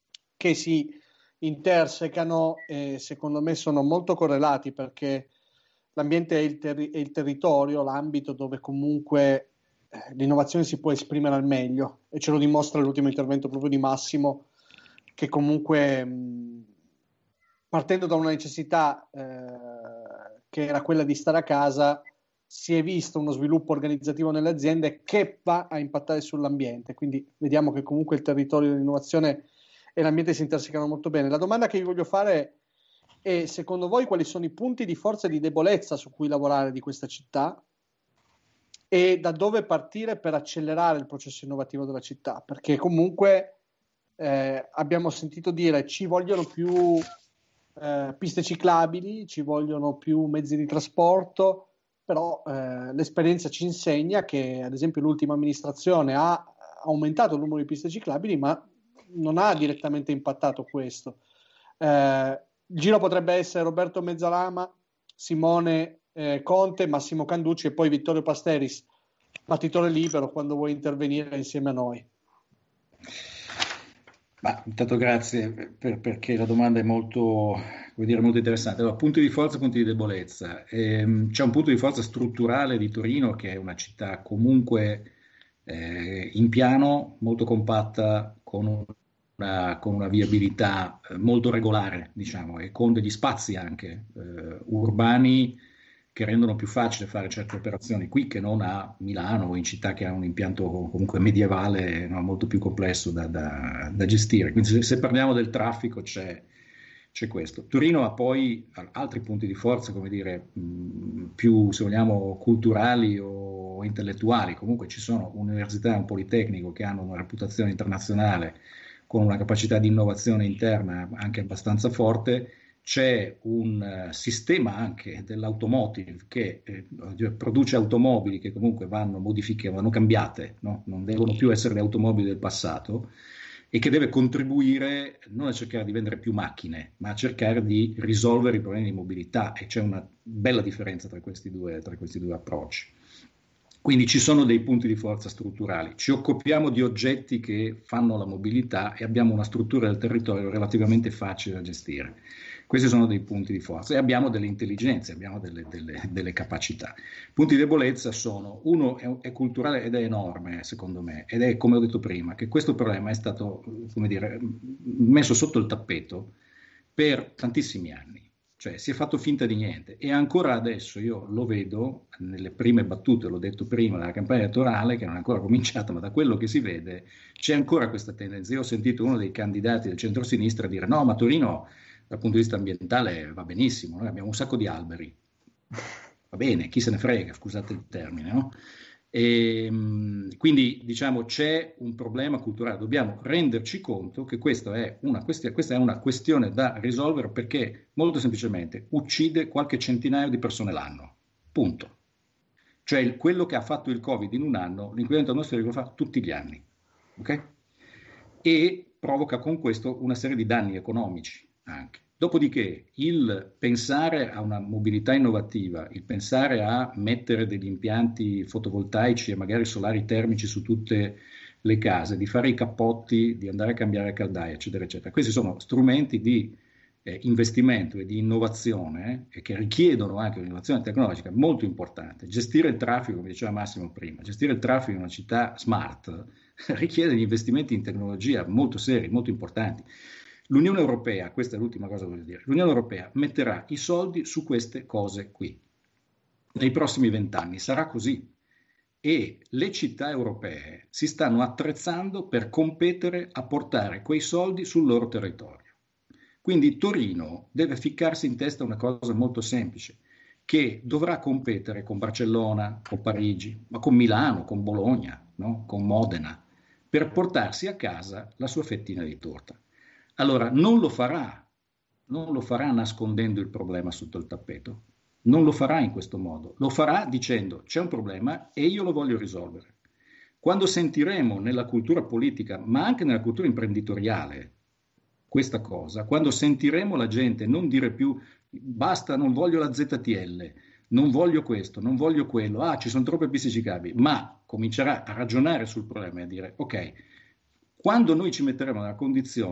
perché si intersecano e secondo me sono molto correlati, perché l'ambiente è il, ter- è il territorio, l'ambito dove comunque eh, l'innovazione si può esprimere al meglio, e ce lo dimostra l'ultimo intervento proprio di Massimo, che comunque mh, partendo da una necessità eh, che era quella di stare a casa, si è visto uno sviluppo organizzativo nelle aziende che va a impattare sull'ambiente, quindi vediamo che comunque il territorio dell'innovazione e l'ambiente si intersecano molto bene. La domanda che vi voglio fare è: secondo voi quali sono i punti di forza e di debolezza su cui lavorare di questa città, e da dove partire per accelerare il processo innovativo della città? Perché comunque eh, abbiamo sentito dire ci vogliono più eh, piste ciclabili, ci vogliono più mezzi di trasporto, però eh, l'esperienza ci insegna che ad esempio l'ultima amministrazione ha aumentato il numero di piste ciclabili, ma non ha direttamente impattato questo. Eh, il giro potrebbe essere Roberto Mezzalama, Simone eh, Conte, Massimo Canducci e poi Vittorio Pasteris. Battitore libero quando vuoi intervenire insieme a noi. Ma intanto grazie per, perché la domanda è molto, vuol dire, molto interessante. Allora, punti di forza e punti di debolezza. Ehm, c'è un punto di forza strutturale di Torino, che è una città comunque eh, in piano, molto compatta, con una, con una viabilità molto regolare, diciamo, e con degli spazi anche eh, urbani che rendono più facile fare certe operazioni qui che non a Milano o in città che ha un impianto comunque medievale, no, molto più complesso da, da, da gestire. Quindi se, se parliamo del traffico c'è, c'è questo. Torino ha poi altri punti di forza, come dire, mh, più se vogliamo culturali o intellettuali. Comunque ci sono università e un politecnico che hanno una reputazione internazionale con una capacità di innovazione interna anche abbastanza forte. C'è un uh, sistema anche dell'automotive che eh, produce automobili che comunque vanno modificate, vanno cambiate, no? Non devono più essere le automobili del passato, e che deve contribuire non a cercare di vendere più macchine, ma a cercare di risolvere i problemi di mobilità, e c'è una bella differenza tra questi due, tra questi due approcci. Quindi ci sono dei punti di forza strutturali. Ci occupiamo di oggetti che fanno la mobilità e abbiamo una struttura del territorio relativamente facile da gestire. Questi sono dei punti di forza, e abbiamo delle intelligenze, abbiamo delle, delle, delle capacità. Punti di debolezza sono: uno è, è culturale ed è enorme, secondo me, ed è, come ho detto prima, che questo problema è stato, come dire, messo sotto il tappeto per tantissimi anni. Cioè si è fatto finta di niente, e ancora adesso io lo vedo nelle prime battute, l'ho detto prima, della campagna elettorale, che non è ancora cominciata, ma da quello che si vede c'è ancora questa tendenza. Io ho sentito uno dei candidati del centro-sinistra dire: no, ma Torino dal punto di vista ambientale va benissimo, noi abbiamo un sacco di alberi. Va bene, chi se ne frega, scusate il termine, no? E, quindi diciamo c'è un problema culturale, dobbiamo renderci conto che questa è una questione, questa è una questione da risolvere, perché molto semplicemente uccide qualche centinaio di persone l'anno, punto. Cioè il, quello che ha fatto il Covid in un anno, l'inquinamento atmosferico lo fa tutti gli anni, ok? E provoca con questo una serie di danni economici anche. Dopodiché il pensare a una mobilità innovativa, il pensare a mettere degli impianti fotovoltaici e magari solari termici su tutte le case, di fare i cappotti, di andare a cambiare caldaie, eccetera, eccetera. Questi sono strumenti di eh, investimento e di innovazione eh, che richiedono anche un'innovazione tecnologica molto importante. Gestire il traffico, come diceva Massimo prima, gestire il traffico in una città smart richiede degli investimenti in tecnologia molto seri, molto importanti. L'Unione Europea, questa è l'ultima cosa che voglio dire, l'Unione Europea metterà i soldi su queste cose qui. Nei prossimi vent'anni sarà così, e le città europee si stanno attrezzando per competere a portare quei soldi sul loro territorio. Quindi Torino deve ficcarsi in testa una cosa molto semplice, che dovrà competere con Barcellona, con Parigi, ma con Milano, con Bologna, no? Con Modena, per portarsi a casa la sua fettina di torta. Allora, non lo farà, non lo farà nascondendo il problema sotto il tappeto, non lo farà in questo modo, lo farà dicendo: c'è un problema e io lo voglio risolvere. Quando sentiremo nella cultura politica, ma anche nella cultura imprenditoriale, questa cosa, quando sentiremo la gente non dire più: basta, non voglio la Z T L, non voglio questo, non voglio quello, ah, ci sono troppe piste ciclabili, ma comincerà a ragionare sul problema e a dire: ok, quando noi ci metteremo nella condizione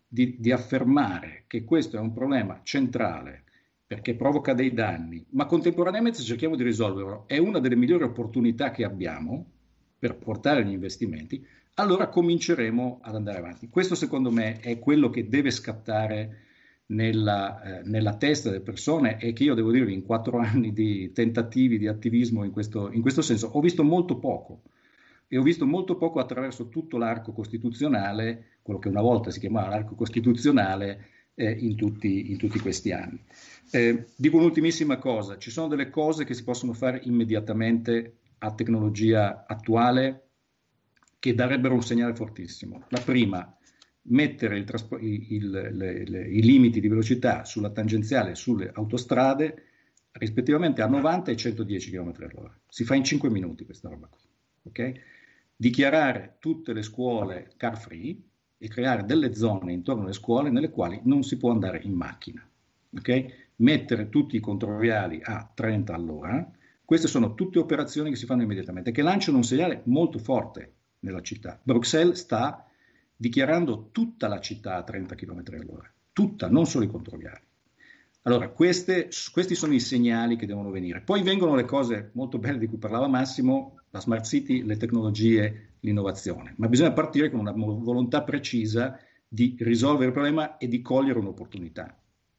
di, di affermare che questo è un problema centrale perché provoca dei danni, ma contemporaneamente cerchiamo di risolverlo, è una delle migliori opportunità che abbiamo per portare gli investimenti, allora cominceremo ad andare avanti. Questo secondo me è quello che deve scattare nella, eh, nella testa delle persone e che io devo dire in quattro anni di tentativi di attivismo in questo, in questo senso ho visto molto poco e ho visto molto poco attraverso tutto l'arco costituzionale, quello che una volta si chiamava l'arco costituzionale, eh, in, tutti, in tutti questi anni. Eh, dico un'ultimissima cosa, ci sono delle cose che si possono fare immediatamente a tecnologia attuale che darebbero un segnale fortissimo. La prima, mettere il traspo- il, il, le, le, i limiti di velocità sulla tangenziale e sulle autostrade rispettivamente a novanta e centodieci chilometri all'ora. Si fa in cinque minuti questa roba qui. Okay? Dichiarare tutte le scuole car free e creare delle zone intorno alle scuole nelle quali non si può andare in macchina. Okay? Mettere tutti i controviali a trenta all'ora. Queste sono tutte operazioni che si fanno immediatamente, che lanciano un segnale molto forte nella città. Bruxelles sta dichiarando tutta la città a trenta chilometri all'ora, tutta, non solo i controviali. Allora, queste, questi sono i segnali che devono venire. Poi vengono le cose molto belle di cui parlava Massimo, la smart city, le tecnologie, l'innovazione, ma bisogna partire con una volontà precisa di risolvere il problema e di cogliere un'opportunità.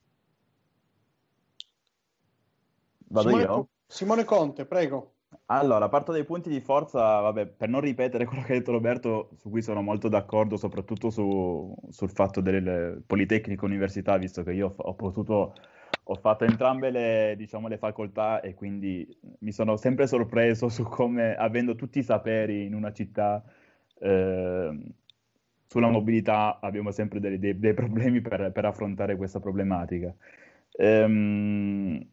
Vado Simone, io? Simone Conte, prego. Allora, parto dai punti di forza, vabbè, per non ripetere quello che ha detto Roberto, su cui sono molto d'accordo, soprattutto su, sul fatto del Politecnico Università, visto che io ho, ho potuto, ho fatto entrambe le, diciamo, le facoltà e quindi mi sono sempre sorpreso su come, avendo tutti i saperi in una città, eh, sulla mobilità abbiamo sempre dei, dei, dei problemi per, per affrontare questa problematica. Ehm,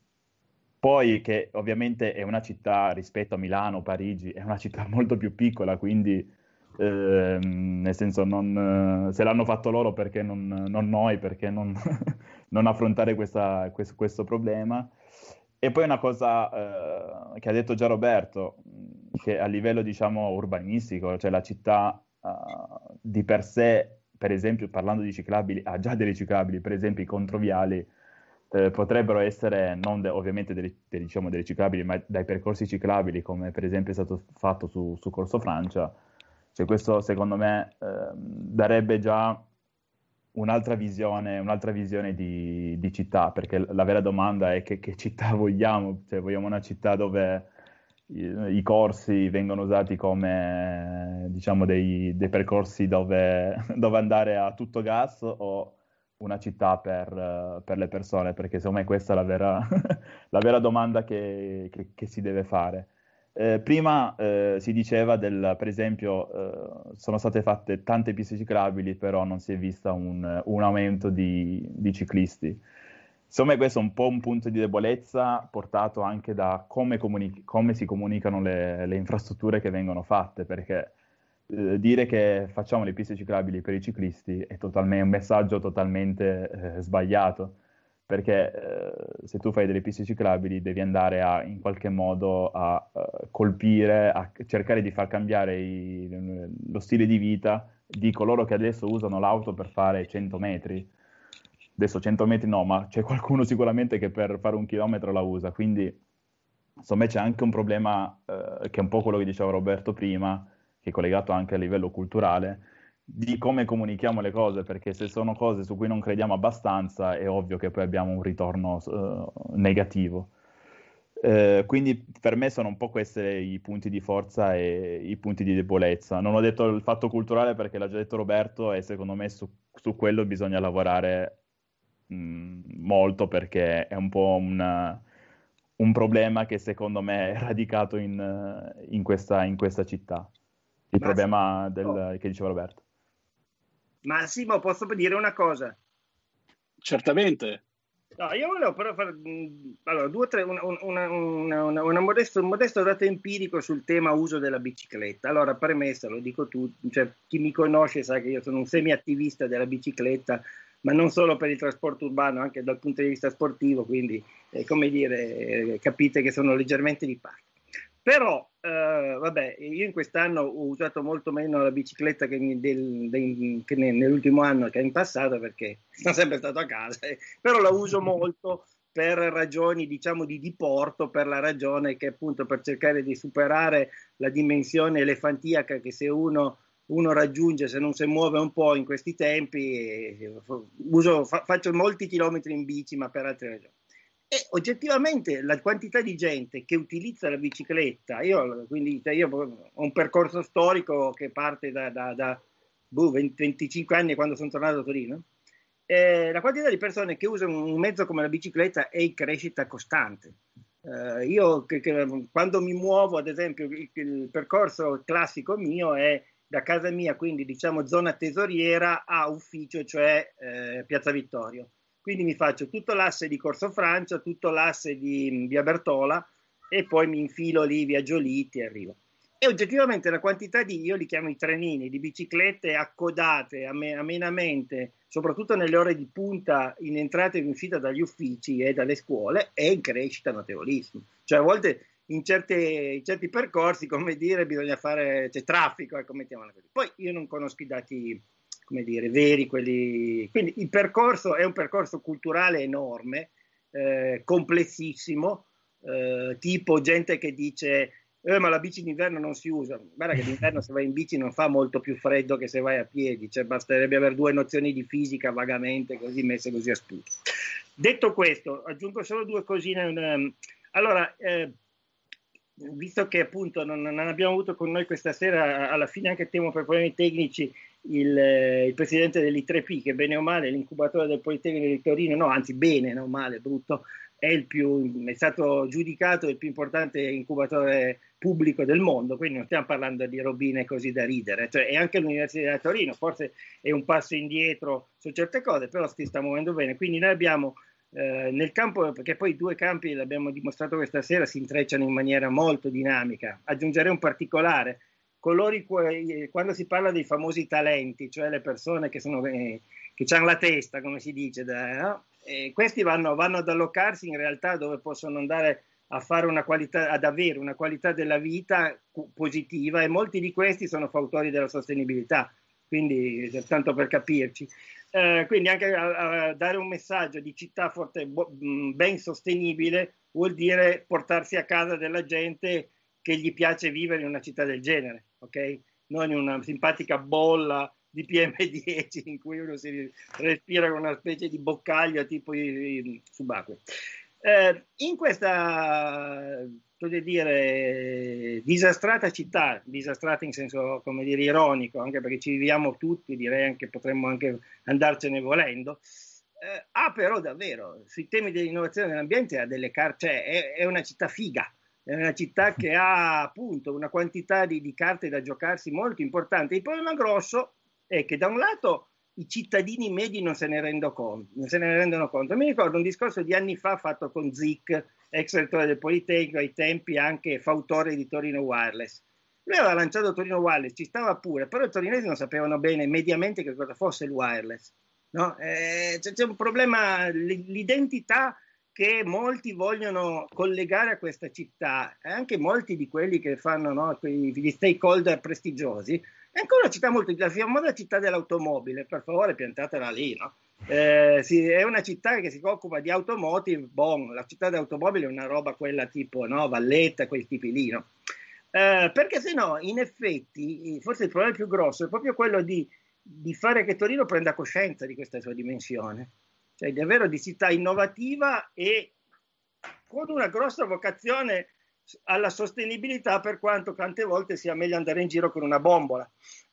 Poi che ovviamente è una città rispetto a Milano, Parigi, è una città molto più piccola, quindi ehm, nel senso non, se l'hanno fatto loro perché non, non noi, perché non, non affrontare questa, questo, questo problema. E poi una cosa eh, che ha detto già Roberto, che a livello diciamo urbanistico, cioè la città eh, di per sé, per esempio parlando di ciclabili, ha già delle ciclabili, per esempio i controviali, Eh, potrebbero essere non de- ovviamente delle, de- diciamo delle ciclabili, ma dai percorsi ciclabili, come per esempio è stato fatto su, su Corso Francia. Cioè, questo secondo me eh, darebbe già un'altra visione, un'altra visione di, di città, perché la vera domanda è che, che città vogliamo? Cioè, vogliamo una città dove i, i corsi vengono usati come diciamo dei, dei percorsi dove, dove andare a tutto gas, o una città per, uh, per le persone, perché secondo me questa è la vera, la vera domanda che, che, che si deve fare. Eh, prima eh, si diceva del, per esempio, eh, sono state fatte tante piste ciclabili, però non si è vista un, un aumento di, di ciclisti. Secondo me questo è un po' un punto di debolezza portato anche da come, comuni- come si comunicano le, le infrastrutture che vengono fatte, perché eh, dire che facciamo le piste ciclabili per i ciclisti è totalmente, un messaggio totalmente eh, sbagliato, perché eh, se tu fai delle piste ciclabili devi andare a, in qualche modo a uh, colpire, a cercare di far cambiare i, lo stile di vita di coloro che adesso usano l'auto per fare cento metri. Adesso cento metri no, ma c'è qualcuno sicuramente che per fare un chilometro la usa, quindi insomma c'è anche un problema eh, che è un po' quello che diceva Roberto prima, che è collegato anche a livello culturale, di come comunichiamo le cose, perché se sono cose su cui non crediamo abbastanza è ovvio che poi abbiamo un ritorno uh, negativo. Eh, quindi per me sono un po' questi i punti di forza e i punti di debolezza. Non ho detto il fatto culturale perché l'ha già detto Roberto e secondo me su, su quello bisogna lavorare mh, molto, perché è un po' una, un problema che secondo me è radicato in, in, questa, in questa città. Il Massimo, problema del, che diceva Roberto. Massimo, posso dire una cosa? Certamente. No, io volevo però fare allora, due, tre, una, una, una, una, una modesto, un modesto dato empirico sul tema uso della bicicletta. Allora, premessa, lo dico tu, cioè, chi mi conosce sa che io sono un semi-attivista della bicicletta, ma non solo per il trasporto urbano, anche dal punto di vista sportivo, quindi, eh, come dire, eh, capite che sono leggermente di parte. Però, eh, vabbè, io in quest'anno ho usato molto meno la bicicletta che, mi, del, del, che nell'ultimo anno che in passato, perché sono sempre stato a casa, eh. Però la uso molto per ragioni, diciamo, di diporto, per la ragione che appunto per cercare di superare la dimensione elefantiaca che se uno, uno raggiunge se non si muove un po' in questi tempi, eh, uso, fa, faccio molti chilometri in bici, ma per altre ragioni. E oggettivamente la quantità di gente che utilizza la bicicletta, io, quindi, cioè io ho un percorso storico che parte da, da, da boh, venti, venticinque anni quando sono tornato a Torino, eh, la quantità di persone che usano un mezzo come la bicicletta è in crescita costante. Eh, io che, che, quando mi muovo, ad esempio, il, il percorso classico mio è da casa mia, quindi diciamo zona tesoriera, a ufficio, cioè eh, Piazza Vittorio. Quindi mi faccio tutto l'asse di Corso Francia, tutto l'asse di Via Bertola e poi mi infilo lì via Giolitti e arrivo. E oggettivamente la quantità di, io li chiamo i trenini, di biciclette accodate amenamente, soprattutto nelle ore di punta in entrata e in uscita dagli uffici e dalle scuole, è in crescita notevolissima. Cioè a volte in, certe, in certi percorsi, come dire, bisogna fare, c'è traffico, ecco, mettiamola così. Poi io non conosco i dati, come dire, veri, quelli. Quindi il percorso è un percorso culturale enorme, eh, complessissimo, eh, tipo gente che dice eh, ma la bici d'inverno non si usa. Guarda che d'inverno se vai in bici non fa molto più freddo che se vai a piedi, cioè basterebbe avere due nozioni di fisica vagamente così messe così a sputo. Detto questo, aggiungo solo due cosine. Allora, eh, visto che appunto non, non abbiamo avuto con noi questa sera, alla fine anche temo per problemi tecnici, il, il presidente dell'I tre P, che bene o male l'incubatore del Politecnico di Torino, no, anzi bene, non male, brutto, è, il più, è stato giudicato il più importante incubatore pubblico del mondo, quindi non stiamo parlando di robine così da ridere, cioè, e anche l'Università di Torino forse è un passo indietro su certe cose, però si sta muovendo bene, quindi noi abbiamo eh, nel campo, perché poi i due campi, l'abbiamo dimostrato questa sera, si intrecciano in maniera molto dinamica. Aggiungerei un particolare: coloro i quali, quando si parla dei famosi talenti, cioè le persone che, sono, eh, che hanno la testa, come si dice, da, no? E questi vanno, vanno ad allocarsi in realtà dove possono andare a fare una qualità, ad avere una qualità della vita positiva, e molti di questi sono fautori della sostenibilità, quindi tanto per capirci. Eh, quindi anche a, a dare un messaggio di città forte, bo, ben sostenibile vuol dire portarsi a casa della gente che gli piace vivere in una città del genere, ok? Non in una simpatica bolla di P M dieci in cui uno si respira con una specie di boccaglio tipo i, i subacquei. Eh, in questa, voglio dire, disastrata città, disastrata in senso, come dire, ironico, anche perché ci viviamo tutti, direi anche potremmo anche andarcene volendo, eh, ha però davvero sui temi dell'innovazione dell'ambiente ha delle carte, cioè è, è una città figa. È una città che ha appunto una quantità di, di carte da giocarsi molto importante. Il problema grosso è che da un lato i cittadini medi non se ne rendono conto, non se ne rendono conto. Mi ricordo un discorso di anni fa fatto con Zic, ex rettore del Politecnico, ai tempi anche fautore di Torino Wireless. Lui aveva lanciato Torino Wireless, ci stava pure, però i torinesi non sapevano bene mediamente che cosa fosse il wireless. No? Eh, c'è, c'è un problema, l'identità che molti vogliono collegare a questa città, e anche molti di quelli che fanno, no, gli stakeholder prestigiosi, è ancora una città molto, la famosa città dell'automobile, per favore piantatela lì, no? Eh, sì, è una città che si occupa di automotive, bon, la città dell'automobile è una roba quella tipo, no, Valletta, quei tipi lì, no? Eh, perché se no, in effetti, forse il problema più grosso è proprio quello di, di fare che Torino prenda coscienza di questa sua dimensione. Cioè davvero di città innovativa e con una grossa vocazione alla sostenibilità, per quanto tante volte sia meglio andare in giro con una bombola.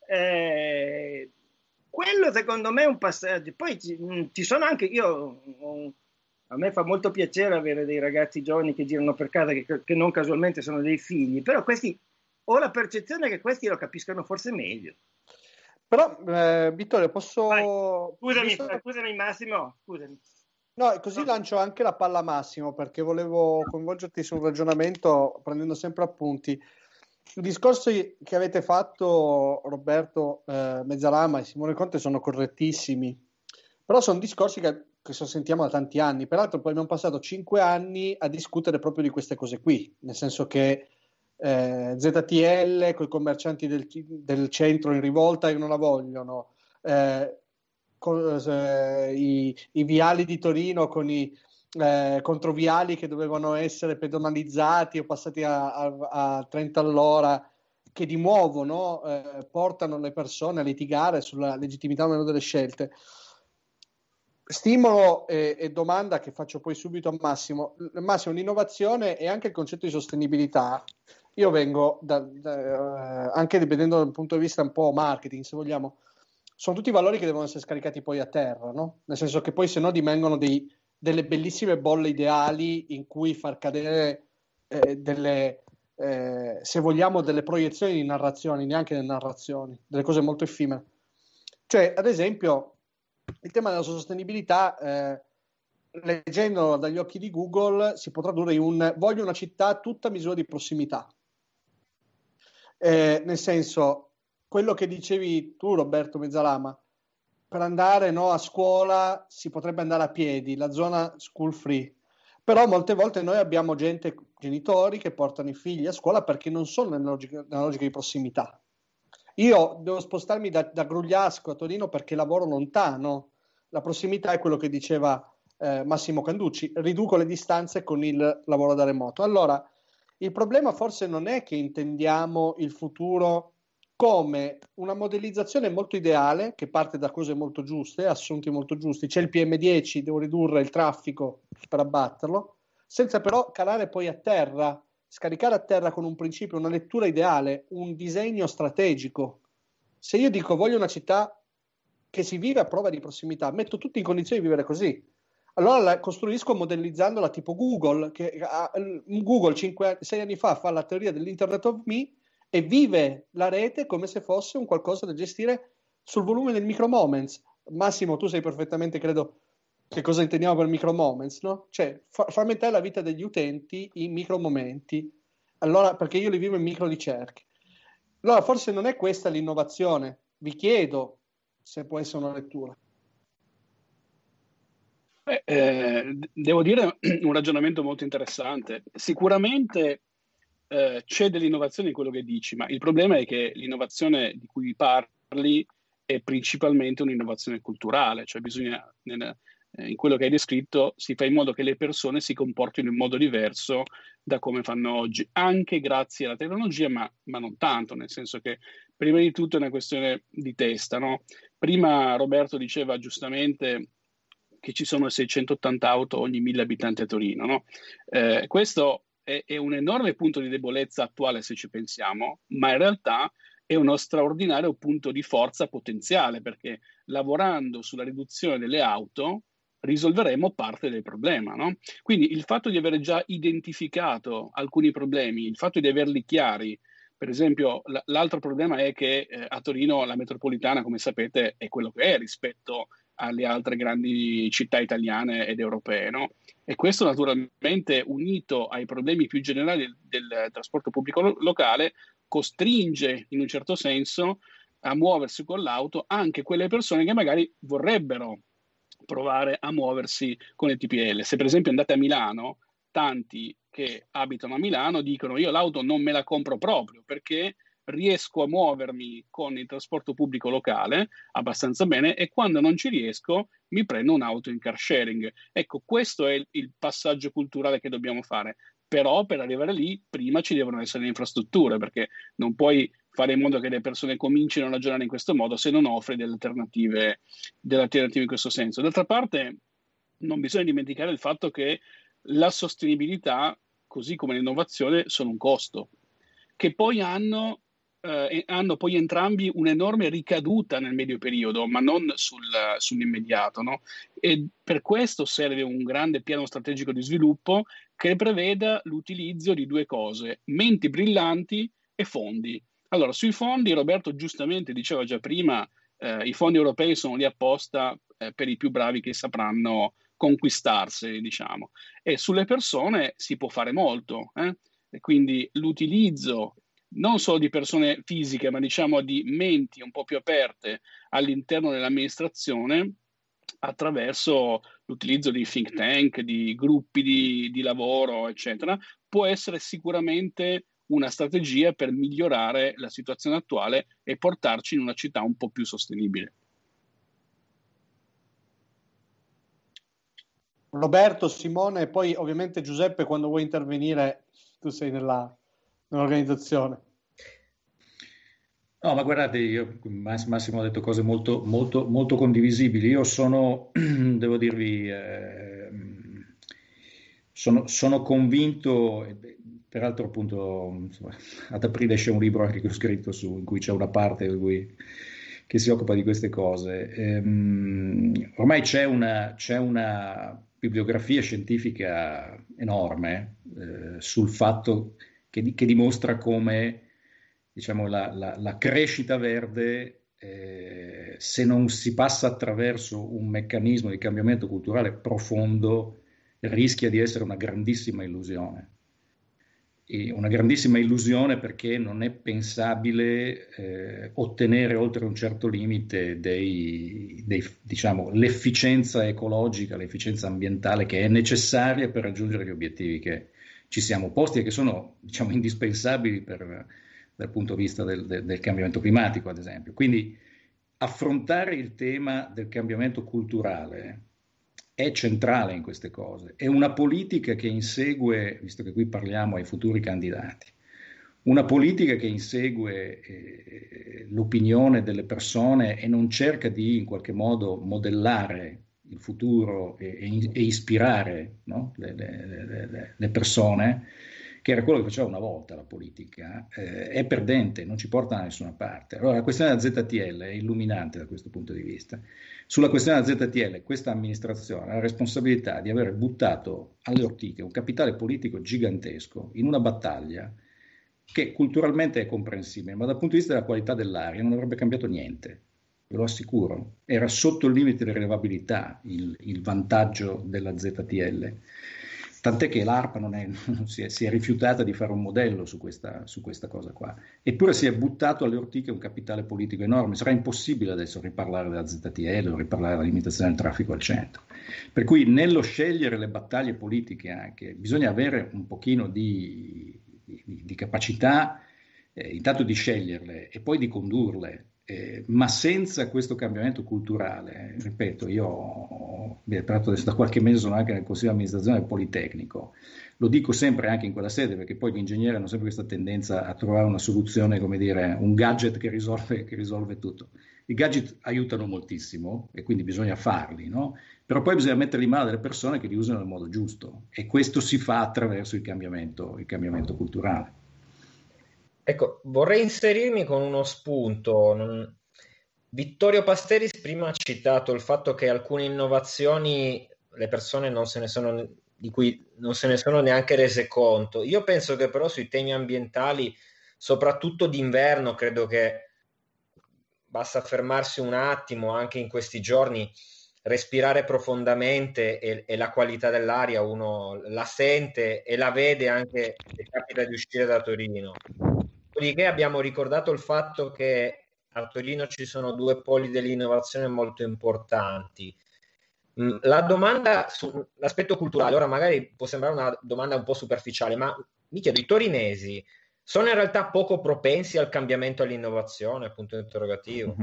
Eh, quello secondo me è un passaggio. Poi ci, ci sono anche, io, a me fa molto piacere avere dei ragazzi giovani che girano per casa, che, che non casualmente sono dei figli, però questi, ho la percezione che questi lo capiscano forse meglio. Però, eh, Vittorio, posso... Vai. Scusami, Visto... scusami Massimo, scusami. No, così no. lancio anche la palla a Massimo, perché volevo coinvolgerti su un ragionamento prendendo sempre appunti. I discorsi che avete fatto, Roberto eh, Mezzalama e Simone Conte, sono correttissimi, però sono discorsi che, che sentiamo da tanti anni. Peraltro poi abbiamo passato cinque anni a discutere proprio di queste cose qui, nel senso che eh, Z T L con i commercianti del, del centro in rivolta che non la vogliono, eh, con, eh, i, i viali di Torino con i eh, controviali che dovevano essere pedonalizzati o passati a, a, a trenta all'ora, che di nuovo, no, eh, portano le persone a litigare sulla legittimità o meno delle scelte. Stimolo e, e domanda che faccio poi subito a Massimo. Massimo, l'innovazione e anche il concetto di sostenibilità, io vengo da, da, anche vedendo dal punto di vista un po' marketing, se vogliamo, sono tutti valori che devono essere scaricati poi a terra, no? Nel senso che poi se no divengono dei, delle bellissime bolle ideali in cui far cadere eh, delle, eh, se vogliamo, delle proiezioni di narrazioni, neanche delle narrazioni, delle cose molto effimere. Cioè, ad esempio, il tema della sostenibilità, eh, leggendo dagli occhi di Google, si può tradurre in un voglio una città a tutta misura di prossimità. Eh, nel senso, quello che dicevi tu, Roberto Mezzalama, per andare, no, a scuola si potrebbe andare a piedi, la zona school free, però molte volte noi abbiamo gente, genitori che portano i figli a scuola perché non sono nella logica, nella logica di prossimità. Io devo spostarmi da, da Grugliasco a Torino perché lavoro lontano. La prossimità è quello che diceva eh, Massimo Canducci, riduco le distanze con il lavoro da remoto. Allora, il problema forse non è che intendiamo il futuro come una modellizzazione molto ideale, che parte da cose molto giuste, assunti molto giusti. C'è il P M dieci, devo ridurre il traffico per abbatterlo, senza però calare poi a terra, scaricare a terra con un principio, una lettura ideale, un disegno strategico. Se io dico voglio una città che si vive a prova di prossimità, metto tutti in condizione di vivere così. Allora la costruisco modellizzandola tipo Google, che uh, Google cinque sei anni fa fa la teoria dell'Internet of Me e vive la rete come se fosse un qualcosa da gestire sul volume del micro moments. Massimo, tu sai perfettamente, credo, che cosa intendiamo per micro moments, no? Cioè, fa- frammentare la vita degli utenti in micro momenti. Allora, perché io li vivo in micro ricerche. Allora, forse non è questa l'innovazione. Vi chiedo se può essere una lettura. Beh, eh, devo dire un ragionamento molto interessante. Sicuramente eh, c'è dell'innovazione in quello che dici, ma il problema è che l'innovazione di cui parli è principalmente un'innovazione culturale, cioè bisogna, nel, eh, in quello che hai descritto, si fa in modo che le persone si comportino in modo diverso da come fanno oggi, anche grazie alla tecnologia, ma, ma non tanto, nel senso che prima di tutto è una questione di testa, no? Prima Roberto diceva giustamente che ci sono seicentottanta auto ogni mille abitanti a Torino, no? Eh, questo è, è un enorme punto di debolezza attuale se ci pensiamo, ma in realtà è uno straordinario punto di forza potenziale, perché lavorando sulla riduzione delle auto risolveremo parte del problema, no? Quindi il fatto di aver già identificato alcuni problemi, il fatto di averli chiari, per esempio l- l'altro problema è che eh, a Torino la metropolitana, come sapete, è quello che è rispetto alle altre grandi città italiane ed europee, no? E questo naturalmente, unito ai problemi più generali del, del trasporto pubblico lo- locale, costringe in un certo senso a muoversi con l'auto anche quelle persone che magari vorrebbero provare a muoversi con il T P L. Se per esempio andate a Milano, tanti che abitano a Milano dicono io l'auto non me la compro proprio perché riesco a muovermi con il trasporto pubblico locale abbastanza bene e quando non ci riesco mi prendo un'auto in car sharing. Ecco, questo è il, il passaggio culturale che dobbiamo fare. Però per arrivare lì prima ci devono essere le infrastrutture, perché non puoi fare in modo che le persone comincino a ragionare in questo modo se non offri delle alternative, delle alternative in questo senso. D'altra parte non bisogna dimenticare il fatto che la sostenibilità, così come l'innovazione, sono un costo, che poi hanno, eh, hanno poi entrambi un'enorme ricaduta nel medio periodo, ma non sul, sull'immediato, no? E per questo serve un grande piano strategico di sviluppo che preveda l'utilizzo di due cose: menti brillanti e fondi. Allora, sui fondi, Roberto giustamente diceva già prima, eh, i fondi europei sono lì apposta eh, per i più bravi che sapranno conquistarseli, diciamo. E sulle persone si può fare molto, eh? E quindi l'utilizzo non solo di persone fisiche, ma diciamo di menti un po' più aperte all'interno dell'amministrazione attraverso l'utilizzo di think tank, di gruppi di, di lavoro, eccetera, può essere sicuramente una strategia per migliorare la situazione attuale e portarci in una città un po' più sostenibile. Roberto, Simone e poi ovviamente Giuseppe, quando vuoi intervenire tu sei nella, nell'organizzazione. No, ma guardate, io, Massimo ha detto cose molto, molto, molto condivisibili. Io sono, devo dirvi, eh, sono, sono convinto, peraltro appunto insomma, ad aprile c'è un libro anche che ho scritto su, in cui c'è una parte in cui, che si occupa di queste cose. Ehm, ormai c'è una, c'è una bibliografia scientifica enorme eh, sul fatto che, che dimostra come, diciamo, la, la, la crescita verde, eh, se non si passa attraverso un meccanismo di cambiamento culturale profondo, rischia di essere una grandissima illusione. E una grandissima illusione perché non è pensabile eh, ottenere oltre un certo limite dei, dei, diciamo, l'efficienza ecologica, l'efficienza ambientale che è necessaria per raggiungere gli obiettivi che ci siamo posti e che sono, diciamo, indispensabili per, dal punto di vista del, del, del cambiamento climatico, ad esempio. Quindi affrontare il tema del cambiamento culturale è centrale in queste cose. È una politica che insegue, visto che qui parliamo ai futuri candidati, una politica che insegue eh, l'opinione delle persone e non cerca di in qualche modo modellare il futuro e, e, e ispirare, no? le, le, le, le persone, che era quello che faceva una volta la politica, eh, è perdente, non ci porta da nessuna parte. Allora la questione della Z T L è illuminante da questo punto di vista. Sulla questione della Z T L, questa amministrazione ha la responsabilità di aver buttato alle ortiche un capitale politico gigantesco in una battaglia che culturalmente è comprensibile, ma dal punto di vista della qualità dell'aria non avrebbe cambiato niente, ve lo assicuro. Era sotto il limite di rilevabilità il, il vantaggio della Z T L. Tant'è che l'ARPA non è, non si, è, si è rifiutata di fare un modello su questa, su questa cosa qua. Eppure si è buttato alle ortiche un capitale politico enorme. Sarà impossibile adesso riparlare della Z T L o riparlare della limitazione del traffico al centro. Per cui nello scegliere le battaglie politiche anche bisogna avere un pochino di, di, di capacità, eh, intanto di sceglierle e poi di condurle. Eh, ma senza questo cambiamento culturale, ripeto, io beh, peraltro adesso da qualche mese sono anche nel Consiglio di amministrazione del Politecnico, lo dico sempre anche in quella sede perché poi gli ingegneri hanno sempre questa tendenza a trovare una soluzione, come dire, un gadget che risolve, che risolve tutto. I gadget aiutano moltissimo e quindi bisogna farli, no? Però poi bisogna metterli in mano delle persone che li usano nel modo giusto e questo si fa attraverso il cambiamento, il cambiamento culturale. Ecco, vorrei inserirmi con uno spunto. Vittorio Pasteris prima ha citato il fatto che alcune innovazioni le persone non se ne sono, di cui non se ne sono neanche rese conto. Io penso che però sui temi ambientali, soprattutto d'inverno, credo che basta fermarsi un attimo anche in questi giorni, respirare profondamente e, e la qualità dell'aria uno la sente e la vede anche se capita di uscire da Torino. Dopodiché abbiamo ricordato il fatto che a Torino ci sono due poli dell'innovazione molto importanti. La domanda sull'aspetto culturale, ora magari può sembrare una domanda un po' superficiale, ma mi chiedo, i torinesi sono in realtà poco propensi al cambiamento e all'innovazione? Punto interrogativo.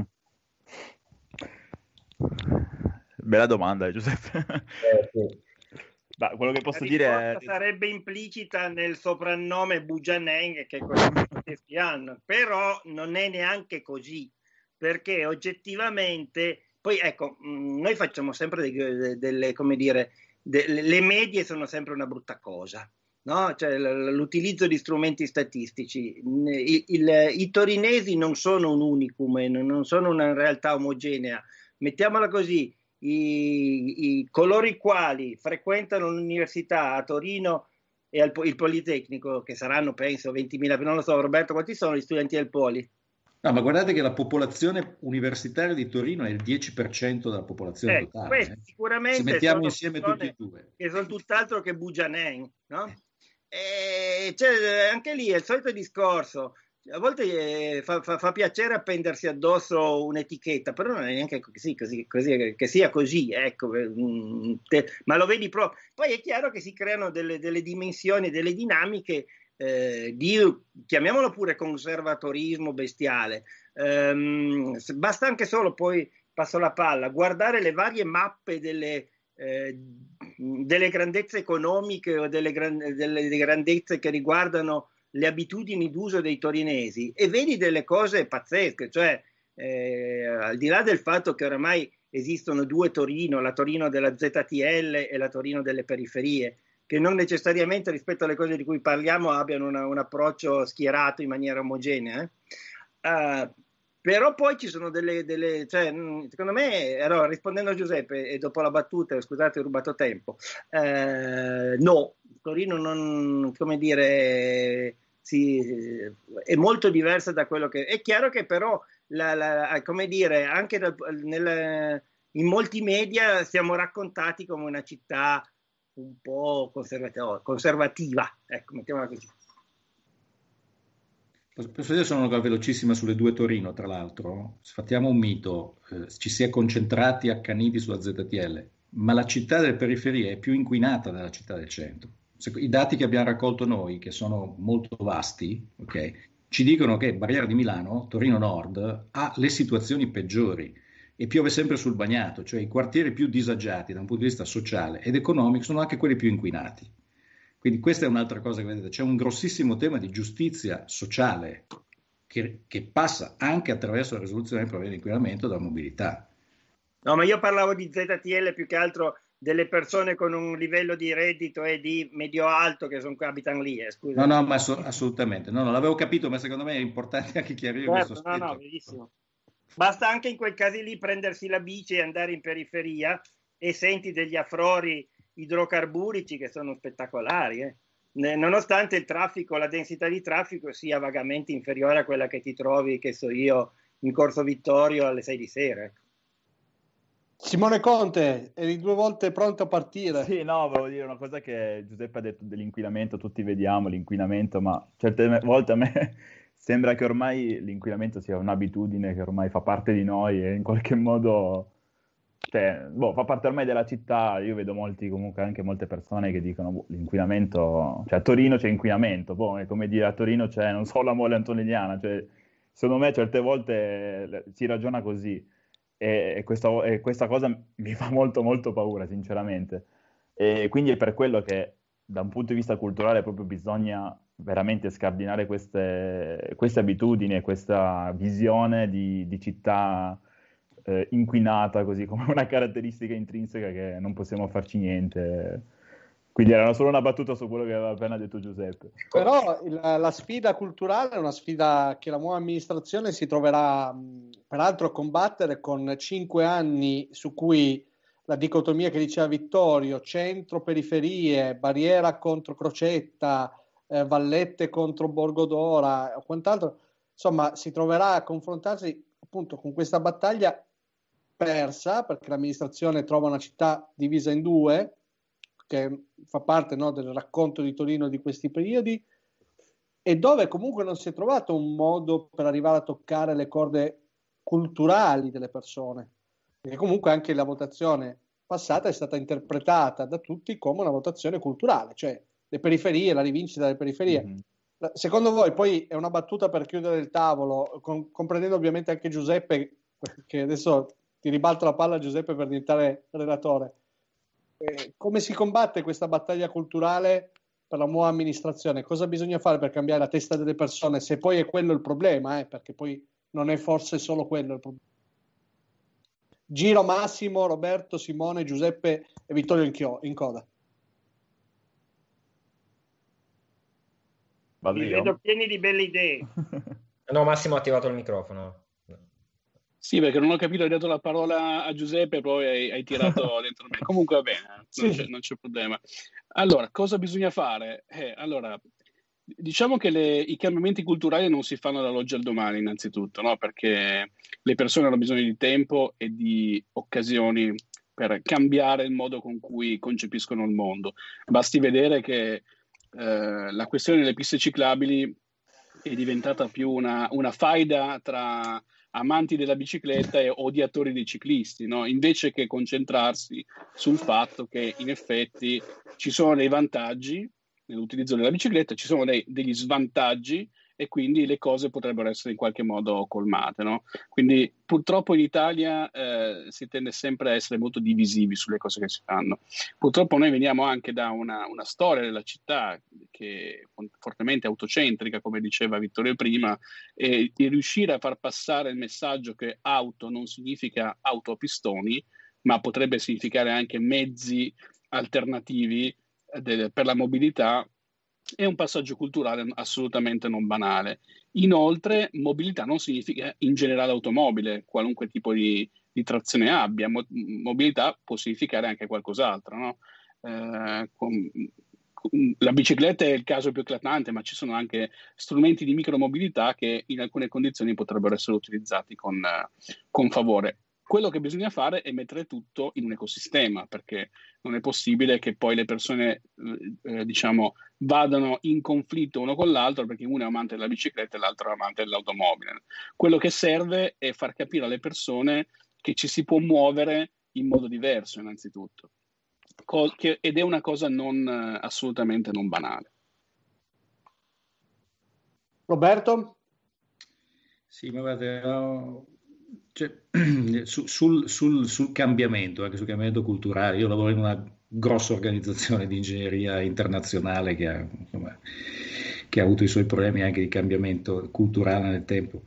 Bella domanda, Giuseppe. Eh, sì. Ma quello che posso La dire è... sarebbe implicita nel soprannome Bujaneng che questi hanno, però non è neanche così, perché oggettivamente, poi ecco, noi facciamo sempre delle, delle come dire, delle, le medie sono sempre una brutta cosa, no? Cioè, l'utilizzo di strumenti statistici. Il, il, i torinesi non sono un unicum, non sono una realtà omogenea, mettiamola così. I, i, coloro i quali frequentano l'università a Torino e al, il Politecnico, che saranno penso ventimila, non lo so Roberto, quanti sono gli studenti del Poli? No, ma guardate che la popolazione universitaria di Torino è il dieci per cento della popolazione eh, totale. Questi, eh. sicuramente Se mettiamo sono insieme tutti e due. Che sono tutt'altro che Bujaneng, no? E cioè, anche lì è il solito discorso. A volte eh, fa, fa, fa piacere appendersi addosso un'etichetta, però non è neanche così, così, così che sia così, ecco, te, ma lo vedi proprio. Poi è chiaro che si creano delle, delle dimensioni, delle dinamiche eh, di, chiamiamolo pure conservatorismo bestiale. Um, basta anche solo, poi passo la palla, guardare le varie mappe delle, eh, delle grandezze economiche o delle, gran, delle grandezze che riguardano le abitudini d'uso dei torinesi e vedi delle cose pazzesche, cioè eh, al di là del fatto che oramai esistono due Torino, la Torino della Z T L e la Torino delle periferie, che non necessariamente rispetto alle cose di cui parliamo abbiano una, un approccio schierato in maniera omogenea, eh? Uh, però poi ci sono delle, delle cioè, secondo me, allora, rispondendo a Giuseppe e dopo la battuta, scusate, ho rubato tempo, uh, no, Torino non, come dire, si, è molto diversa da quello che è chiaro che però la, la, come dire, anche nel, nel, in molti media siamo raccontati come una città un po' conservativa, ecco, mettiamola così. Posso dire solo una cosa velocissima sulle due Torino, tra l'altro? Sfattiamo un mito, eh, ci si è concentrati accaniti sulla Z T L, ma la città delle periferie è più inquinata della città del centro. I dati che abbiamo raccolto noi, che sono molto vasti, okay, ci dicono che Barriera di Milano, Torino Nord, ha le situazioni peggiori e piove sempre sul bagnato, cioè i quartieri più disagiati da un punto di vista sociale ed economico sono anche quelli più inquinati. Quindi questa è un'altra cosa che vedete, c'è un grossissimo tema di giustizia sociale che, che passa anche attraverso la risoluzione del problema di inquinamento dalla mobilità. No, ma io parlavo di Z T L più che altro delle persone con un livello di reddito e di medio-alto che, sono, che abitano lì. Eh, scusa. No, no, ma so, assolutamente, no, non l'avevo capito, ma secondo me è importante anche chiarire certo, questo aspetto. No, no, benissimo. Basta anche in quei casi lì prendersi la bici e andare in periferia e senti degli affrori idrocarburici che sono spettacolari, eh. Nonostante il traffico, la densità di traffico sia vagamente inferiore a quella che ti trovi, che so io, in Corso Vittorio alle sei di sera. Simone Conte, eri due volte pronto a partire. Sì, no, volevo dire una cosa che Giuseppe ha detto dell'inquinamento, tutti vediamo l'inquinamento, ma certe volte a me sembra che ormai l'inquinamento sia un'abitudine che ormai fa parte di noi e in qualche modo... Cioè, boh, fa parte ormai della città. Io vedo molti, comunque anche molte persone che dicono boh, l'inquinamento, cioè a Torino c'è inquinamento, boh, è come dire a Torino c'è, non so, la mole antonelliana, cioè secondo me certe volte si ragiona così e, e, questa, e questa cosa mi fa molto molto paura, sinceramente, e quindi è per quello che da un punto di vista culturale proprio bisogna veramente scardinare queste, queste abitudini e questa visione di, di città Eh, inquinata così come una caratteristica intrinseca che non possiamo farci niente. Quindi era solo una battuta su quello che aveva appena detto Giuseppe. Però la, la sfida culturale è una sfida che la nuova amministrazione si troverà peraltro a combattere con cinque anni su cui la dicotomia che diceva Vittorio, centro-periferie, Barriera contro Crocetta, eh, Vallette contro Borgodora o quant'altro, insomma si troverà a confrontarsi appunto con questa battaglia persa, perché l'amministrazione trova una città divisa in due, che fa parte, no, del racconto di Torino di questi periodi, e dove comunque non si è trovato un modo per arrivare a toccare le corde culturali delle persone, perché comunque anche la votazione passata è stata interpretata da tutti come una votazione culturale, cioè le periferie, la rivincita delle periferie. Mm-hmm. Secondo voi, poi è una battuta per chiudere il tavolo, con, comprendendo ovviamente anche Giuseppe, che adesso ti ribalto la palla, Giuseppe, per diventare relatore, eh, come si combatte questa battaglia culturale per la nuova amministrazione? Cosa bisogna fare per cambiare la testa delle persone, se poi è quello il problema, eh, perché poi non è forse solo quello il problema. Giro Massimo, Roberto, Simone, Giuseppe e Vittorio in, chio, in coda. Vado Vi io? Vedo pieni di belle idee. No, Massimo ha attivato il microfono. Sì, perché non ho capito, hai dato la parola a Giuseppe e poi hai, hai tirato dentro me. Comunque va bene, sì. non, c'è, non c'è problema. Allora, cosa bisogna fare? Eh, allora, diciamo che le, i cambiamenti culturali non si fanno dall'oggi al domani, innanzitutto, no? Perché le persone hanno bisogno di tempo e di occasioni per cambiare il modo con cui concepiscono il mondo. Basti vedere che eh, la questione delle piste ciclabili è diventata più una, una faida tra amanti della bicicletta e odiatori dei ciclisti, no? Invece che concentrarsi sul fatto che in effetti ci sono dei vantaggi nell'utilizzo della bicicletta, ci sono dei, degli svantaggi e quindi le cose potrebbero essere in qualche modo colmate, no? Quindi purtroppo in Italia eh, si tende sempre a essere molto divisivi sulle cose che si fanno. Purtroppo noi veniamo anche da una, una storia della città che è fortemente autocentrica, come diceva Vittorio prima, e di riuscire a far passare il messaggio che auto non significa auto a pistoni, ma potrebbe significare anche mezzi alternativi de- per la mobilità, è un passaggio culturale assolutamente non banale. Inoltre, mobilità non significa in generale automobile, qualunque tipo di, di trazione abbia. Mo- mobilità può significare anche qualcos'altro, no? Eh, con, con, la bicicletta è il caso più eclatante, ma ci sono anche strumenti di micromobilità che in alcune condizioni potrebbero essere utilizzati con, con favore. Quello che bisogna fare è mettere tutto in un ecosistema, perché non è possibile che poi le persone eh, diciamo vadano in conflitto uno con l'altro, perché uno è amante della bicicletta e l'altro è amante dell'automobile. Quello che serve è far capire alle persone che ci si può muovere in modo diverso, innanzitutto, Co- che, ed è una cosa non, assolutamente non banale. Roberto? Sì, ma guardate, no, cioè, su- sul, sul- sul cambiamento, anche sul cambiamento culturale, io lavoro in una grossa organizzazione di ingegneria internazionale che ha, insomma, che ha avuto i suoi problemi anche di cambiamento culturale nel tempo.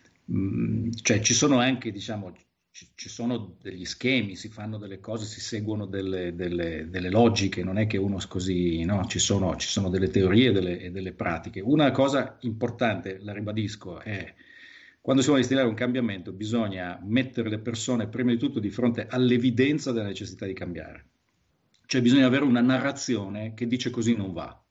Mm, cioè ci sono anche, diciamo, ci, ci sono degli schemi, si fanno delle cose, si seguono delle, delle- delle logiche, non è che uno così, no? Ci sono, ci sono delle teorie e delle, e delle pratiche. Una cosa importante, la ribadisco, è quando si vuole instillare un cambiamento bisogna mettere le persone prima di tutto di fronte all'evidenza della necessità di cambiare. Cioè bisogna avere una narrazione che dice così non va.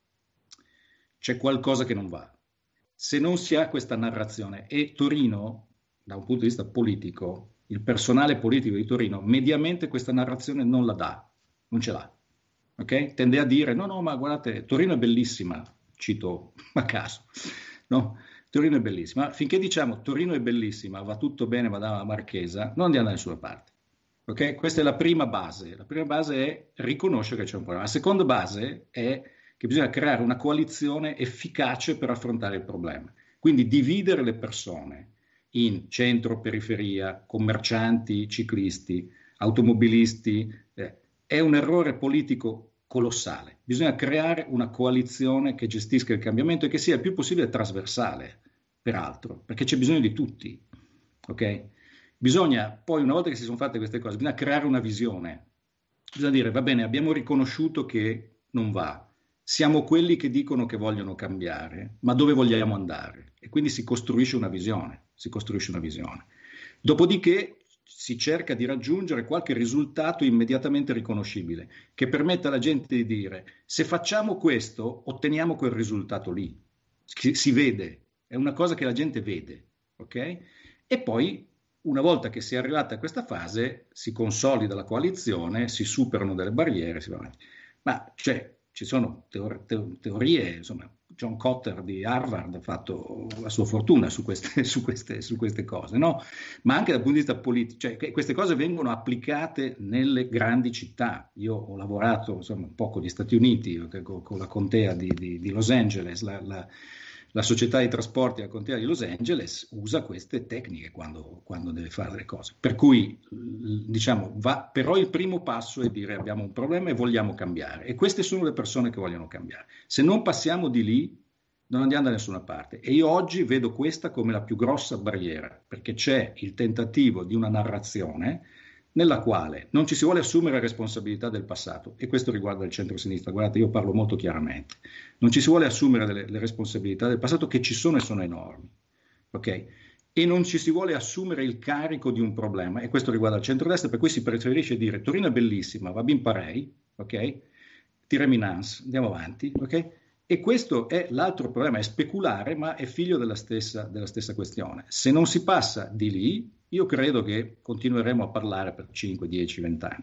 C'è qualcosa che non va. Se non si ha questa narrazione, e Torino, da un punto di vista politico, il personale politico di Torino, mediamente questa narrazione non la dà, non ce l'ha. Okay? Tende a dire, no, no, ma guardate, Torino è bellissima, cito a caso, no? Torino è bellissima. Finché diciamo Torino è bellissima, va tutto bene, va dalla Marchesa, non andiamo da nessuna parte. Okay? Questa è la prima base. La prima base è riconoscere che c'è un problema. La seconda base è che bisogna creare una coalizione efficace per affrontare il problema. Quindi dividere le persone in centro, periferia, commercianti, ciclisti, automobilisti, eh, è un errore politico colossale. Bisogna creare una coalizione che gestisca il cambiamento e che sia il più possibile trasversale, peraltro, perché c'è bisogno di tutti. Ok? Bisogna poi, una volta che si sono fatte queste cose, bisogna creare una visione. Bisogna dire, va bene, abbiamo riconosciuto che non va. Siamo quelli che dicono che vogliono cambiare, ma dove vogliamo andare? E quindi si costruisce una visione, si costruisce una visione. Dopodiché si cerca di raggiungere qualche risultato immediatamente riconoscibile, che permetta alla gente di dire, se facciamo questo, otteniamo quel risultato lì. Si, si vede, è una cosa che la gente vede, ok? E poi, una volta che si è arrivata a questa fase, si consolida la coalizione, si superano delle barriere, si va avanti. Ma, cioè, ci sono teor- te- teorie, insomma, John Kotter di Harvard ha fatto la sua fortuna su queste, su queste, su queste cose, no? Ma anche dal punto di vista politico, cioè che queste cose vengono applicate nelle grandi città. Io ho lavorato, insomma, un po' con gli Stati Uniti, con, con la contea di, di, di Los Angeles, la, la, la società di trasporti della contea di Los Angeles usa queste tecniche quando, quando deve fare le cose. Per cui, diciamo, va, però il primo passo è dire abbiamo un problema e vogliamo cambiare. E queste sono le persone che vogliono cambiare. Se non passiamo di lì, non andiamo da nessuna parte. E io oggi vedo questa come la più grossa barriera, perché c'è il tentativo di una narrazione nella quale non ci si vuole assumere responsabilità del passato, e questo riguarda il centro-sinistra. Guardate, io parlo molto chiaramente. Non ci si vuole assumere delle, le responsabilità del passato, che ci sono e sono enormi, ok? E non ci si vuole assumere il carico di un problema, e questo riguarda il centrodestra, per cui si preferisce dire Torino è bellissima, va ben parei, ok? Tireminans, andiamo avanti, ok? E questo è l'altro problema, è speculare, ma è figlio della stessa, della stessa questione. Se non si passa di lì, io credo che continueremo a parlare per cinque, dieci, venti anni.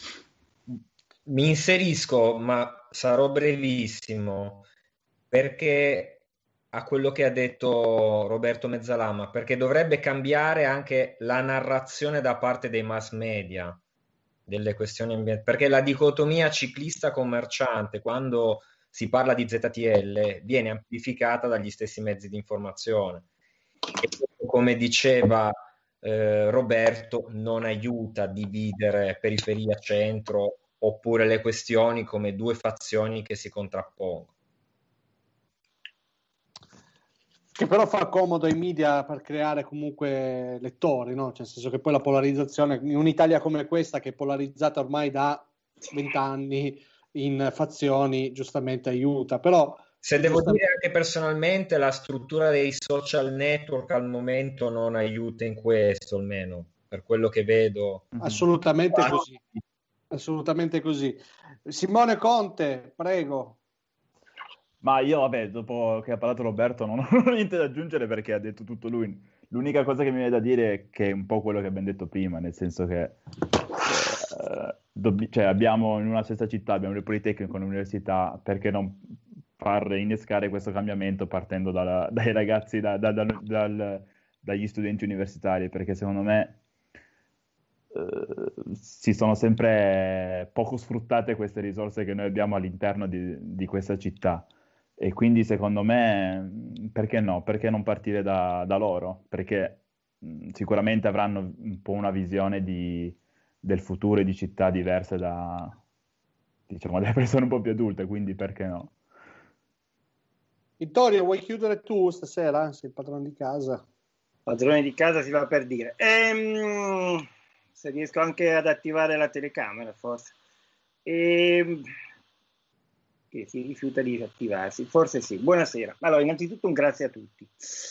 Mi inserisco, ma sarò brevissimo, perché a quello che ha detto Roberto Mezzalama, perché dovrebbe cambiare anche la narrazione da parte dei mass media delle questioni ambientali, perché la dicotomia ciclista-commerciante, quando si parla di Z T L viene amplificata dagli stessi mezzi di informazione. E come diceva eh, Roberto, non aiuta a dividere periferia-centro oppure le questioni come due fazioni che si contrappongono. Che però fa comodo ai media per creare comunque lettori, no? Cioè, nel senso che poi la polarizzazione in un'Italia come questa, che è polarizzata ormai da vent'anni in fazioni, giustamente aiuta. Però se devo dire anche personalmente, la struttura dei social network al momento non aiuta in questo, almeno per quello che vedo. Assolutamente così. Assolutamente così. Simone Conte, prego. Ma io, vabbè, dopo che ha parlato Roberto non ho niente da aggiungere perché ha detto tutto lui. L'unica cosa che mi viene da dire è che è un po' quello che abbiamo detto prima, nel senso che eh, dobb- cioè abbiamo in una stessa città, abbiamo il Politecnico e l'università, perché non far innescare questo cambiamento partendo dalla- dai ragazzi, da- da- dal- dal- dagli studenti universitari, perché secondo me eh, si sono sempre poco sfruttate queste risorse che noi abbiamo all'interno di, di questa città. E quindi secondo me, perché no? Perché non partire da, da loro? Perché mh, sicuramente avranno un po' una visione di, del futuro e di città diverse da, diciamo, dalle persone un po' più adulte, quindi perché no? Vittorio, vuoi chiudere tu stasera? Sei il padrone di casa. Padrone di casa si va per dire. Ehm, se riesco anche ad attivare la telecamera, forse. Ehm, che si rifiuta di attivarsi, forse sì. Buonasera. Allora, innanzitutto un grazie a tutti,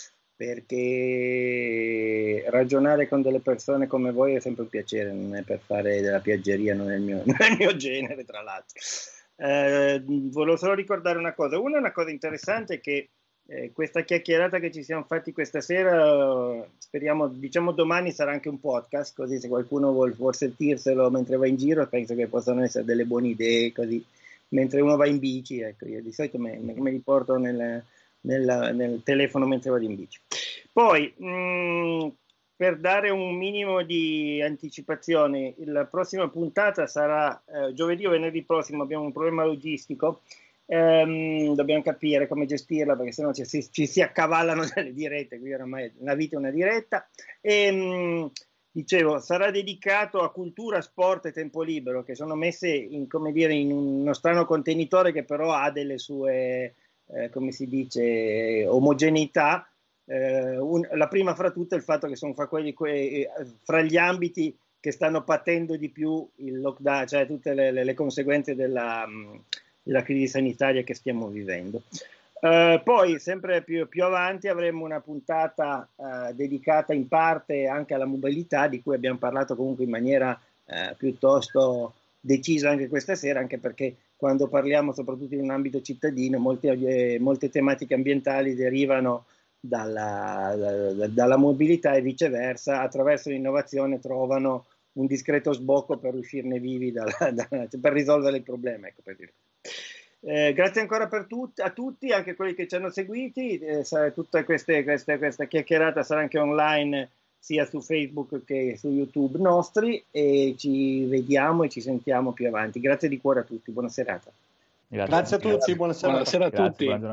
perché ragionare con delle persone come voi è sempre un piacere, non è per fare della piaggeria, non è il mio, non è il mio genere, tra l'altro. Eh, volevo solo ricordare una cosa. Una, una cosa interessante è che eh, questa chiacchierata che ci siamo fatti questa sera, speriamo, diciamo domani sarà anche un podcast, così se qualcuno vuol, vuol sentirselo mentre va in giro, penso che possano essere delle buone idee, così mentre uno va in bici, ecco, io di solito me, me, me li porto nel, nel, nel telefono mentre vado in bici. Poi, mh, per dare un minimo di anticipazione, la prossima puntata sarà eh, giovedì o venerdì prossimo, abbiamo un problema logistico, ehm, dobbiamo capire come gestirla perché sennò ci, ci, ci si accavallano delle dirette, qui oramai una vita è una diretta, e mh, dicevo, sarà dedicato a cultura, sport e tempo libero, che sono messe in, come dire, in uno strano contenitore che però ha delle sue, eh, come si dice, omogeneità. Eh, un, la prima fra tutte è il fatto che sono fra, quelli, que, fra gli ambiti che stanno patendo di più il lockdown, cioè tutte le, le, le conseguenze della, della crisi sanitaria che stiamo vivendo. Uh, poi sempre più, più avanti avremo una puntata uh, dedicata in parte anche alla mobilità, di cui abbiamo parlato comunque in maniera uh, piuttosto decisa anche questa sera, anche perché quando parliamo soprattutto in un ambito cittadino molte, eh, molte tematiche ambientali derivano dalla, da, dalla mobilità e viceversa, attraverso l'innovazione trovano un discreto sbocco per uscirne vivi dalla, da, per risolvere il problema, ecco, per dire. Eh, grazie ancora per tut- a tutti, anche quelli che ci hanno seguiti. Eh, tutta queste, queste, questa chiacchierata sarà anche online sia su Facebook che su YouTube nostri, e ci vediamo e ci sentiamo più avanti. Grazie di cuore a tutti, buona serata. Grazie, grazie a tutti, buona serata. Buonasera a Grazie, tutti. buona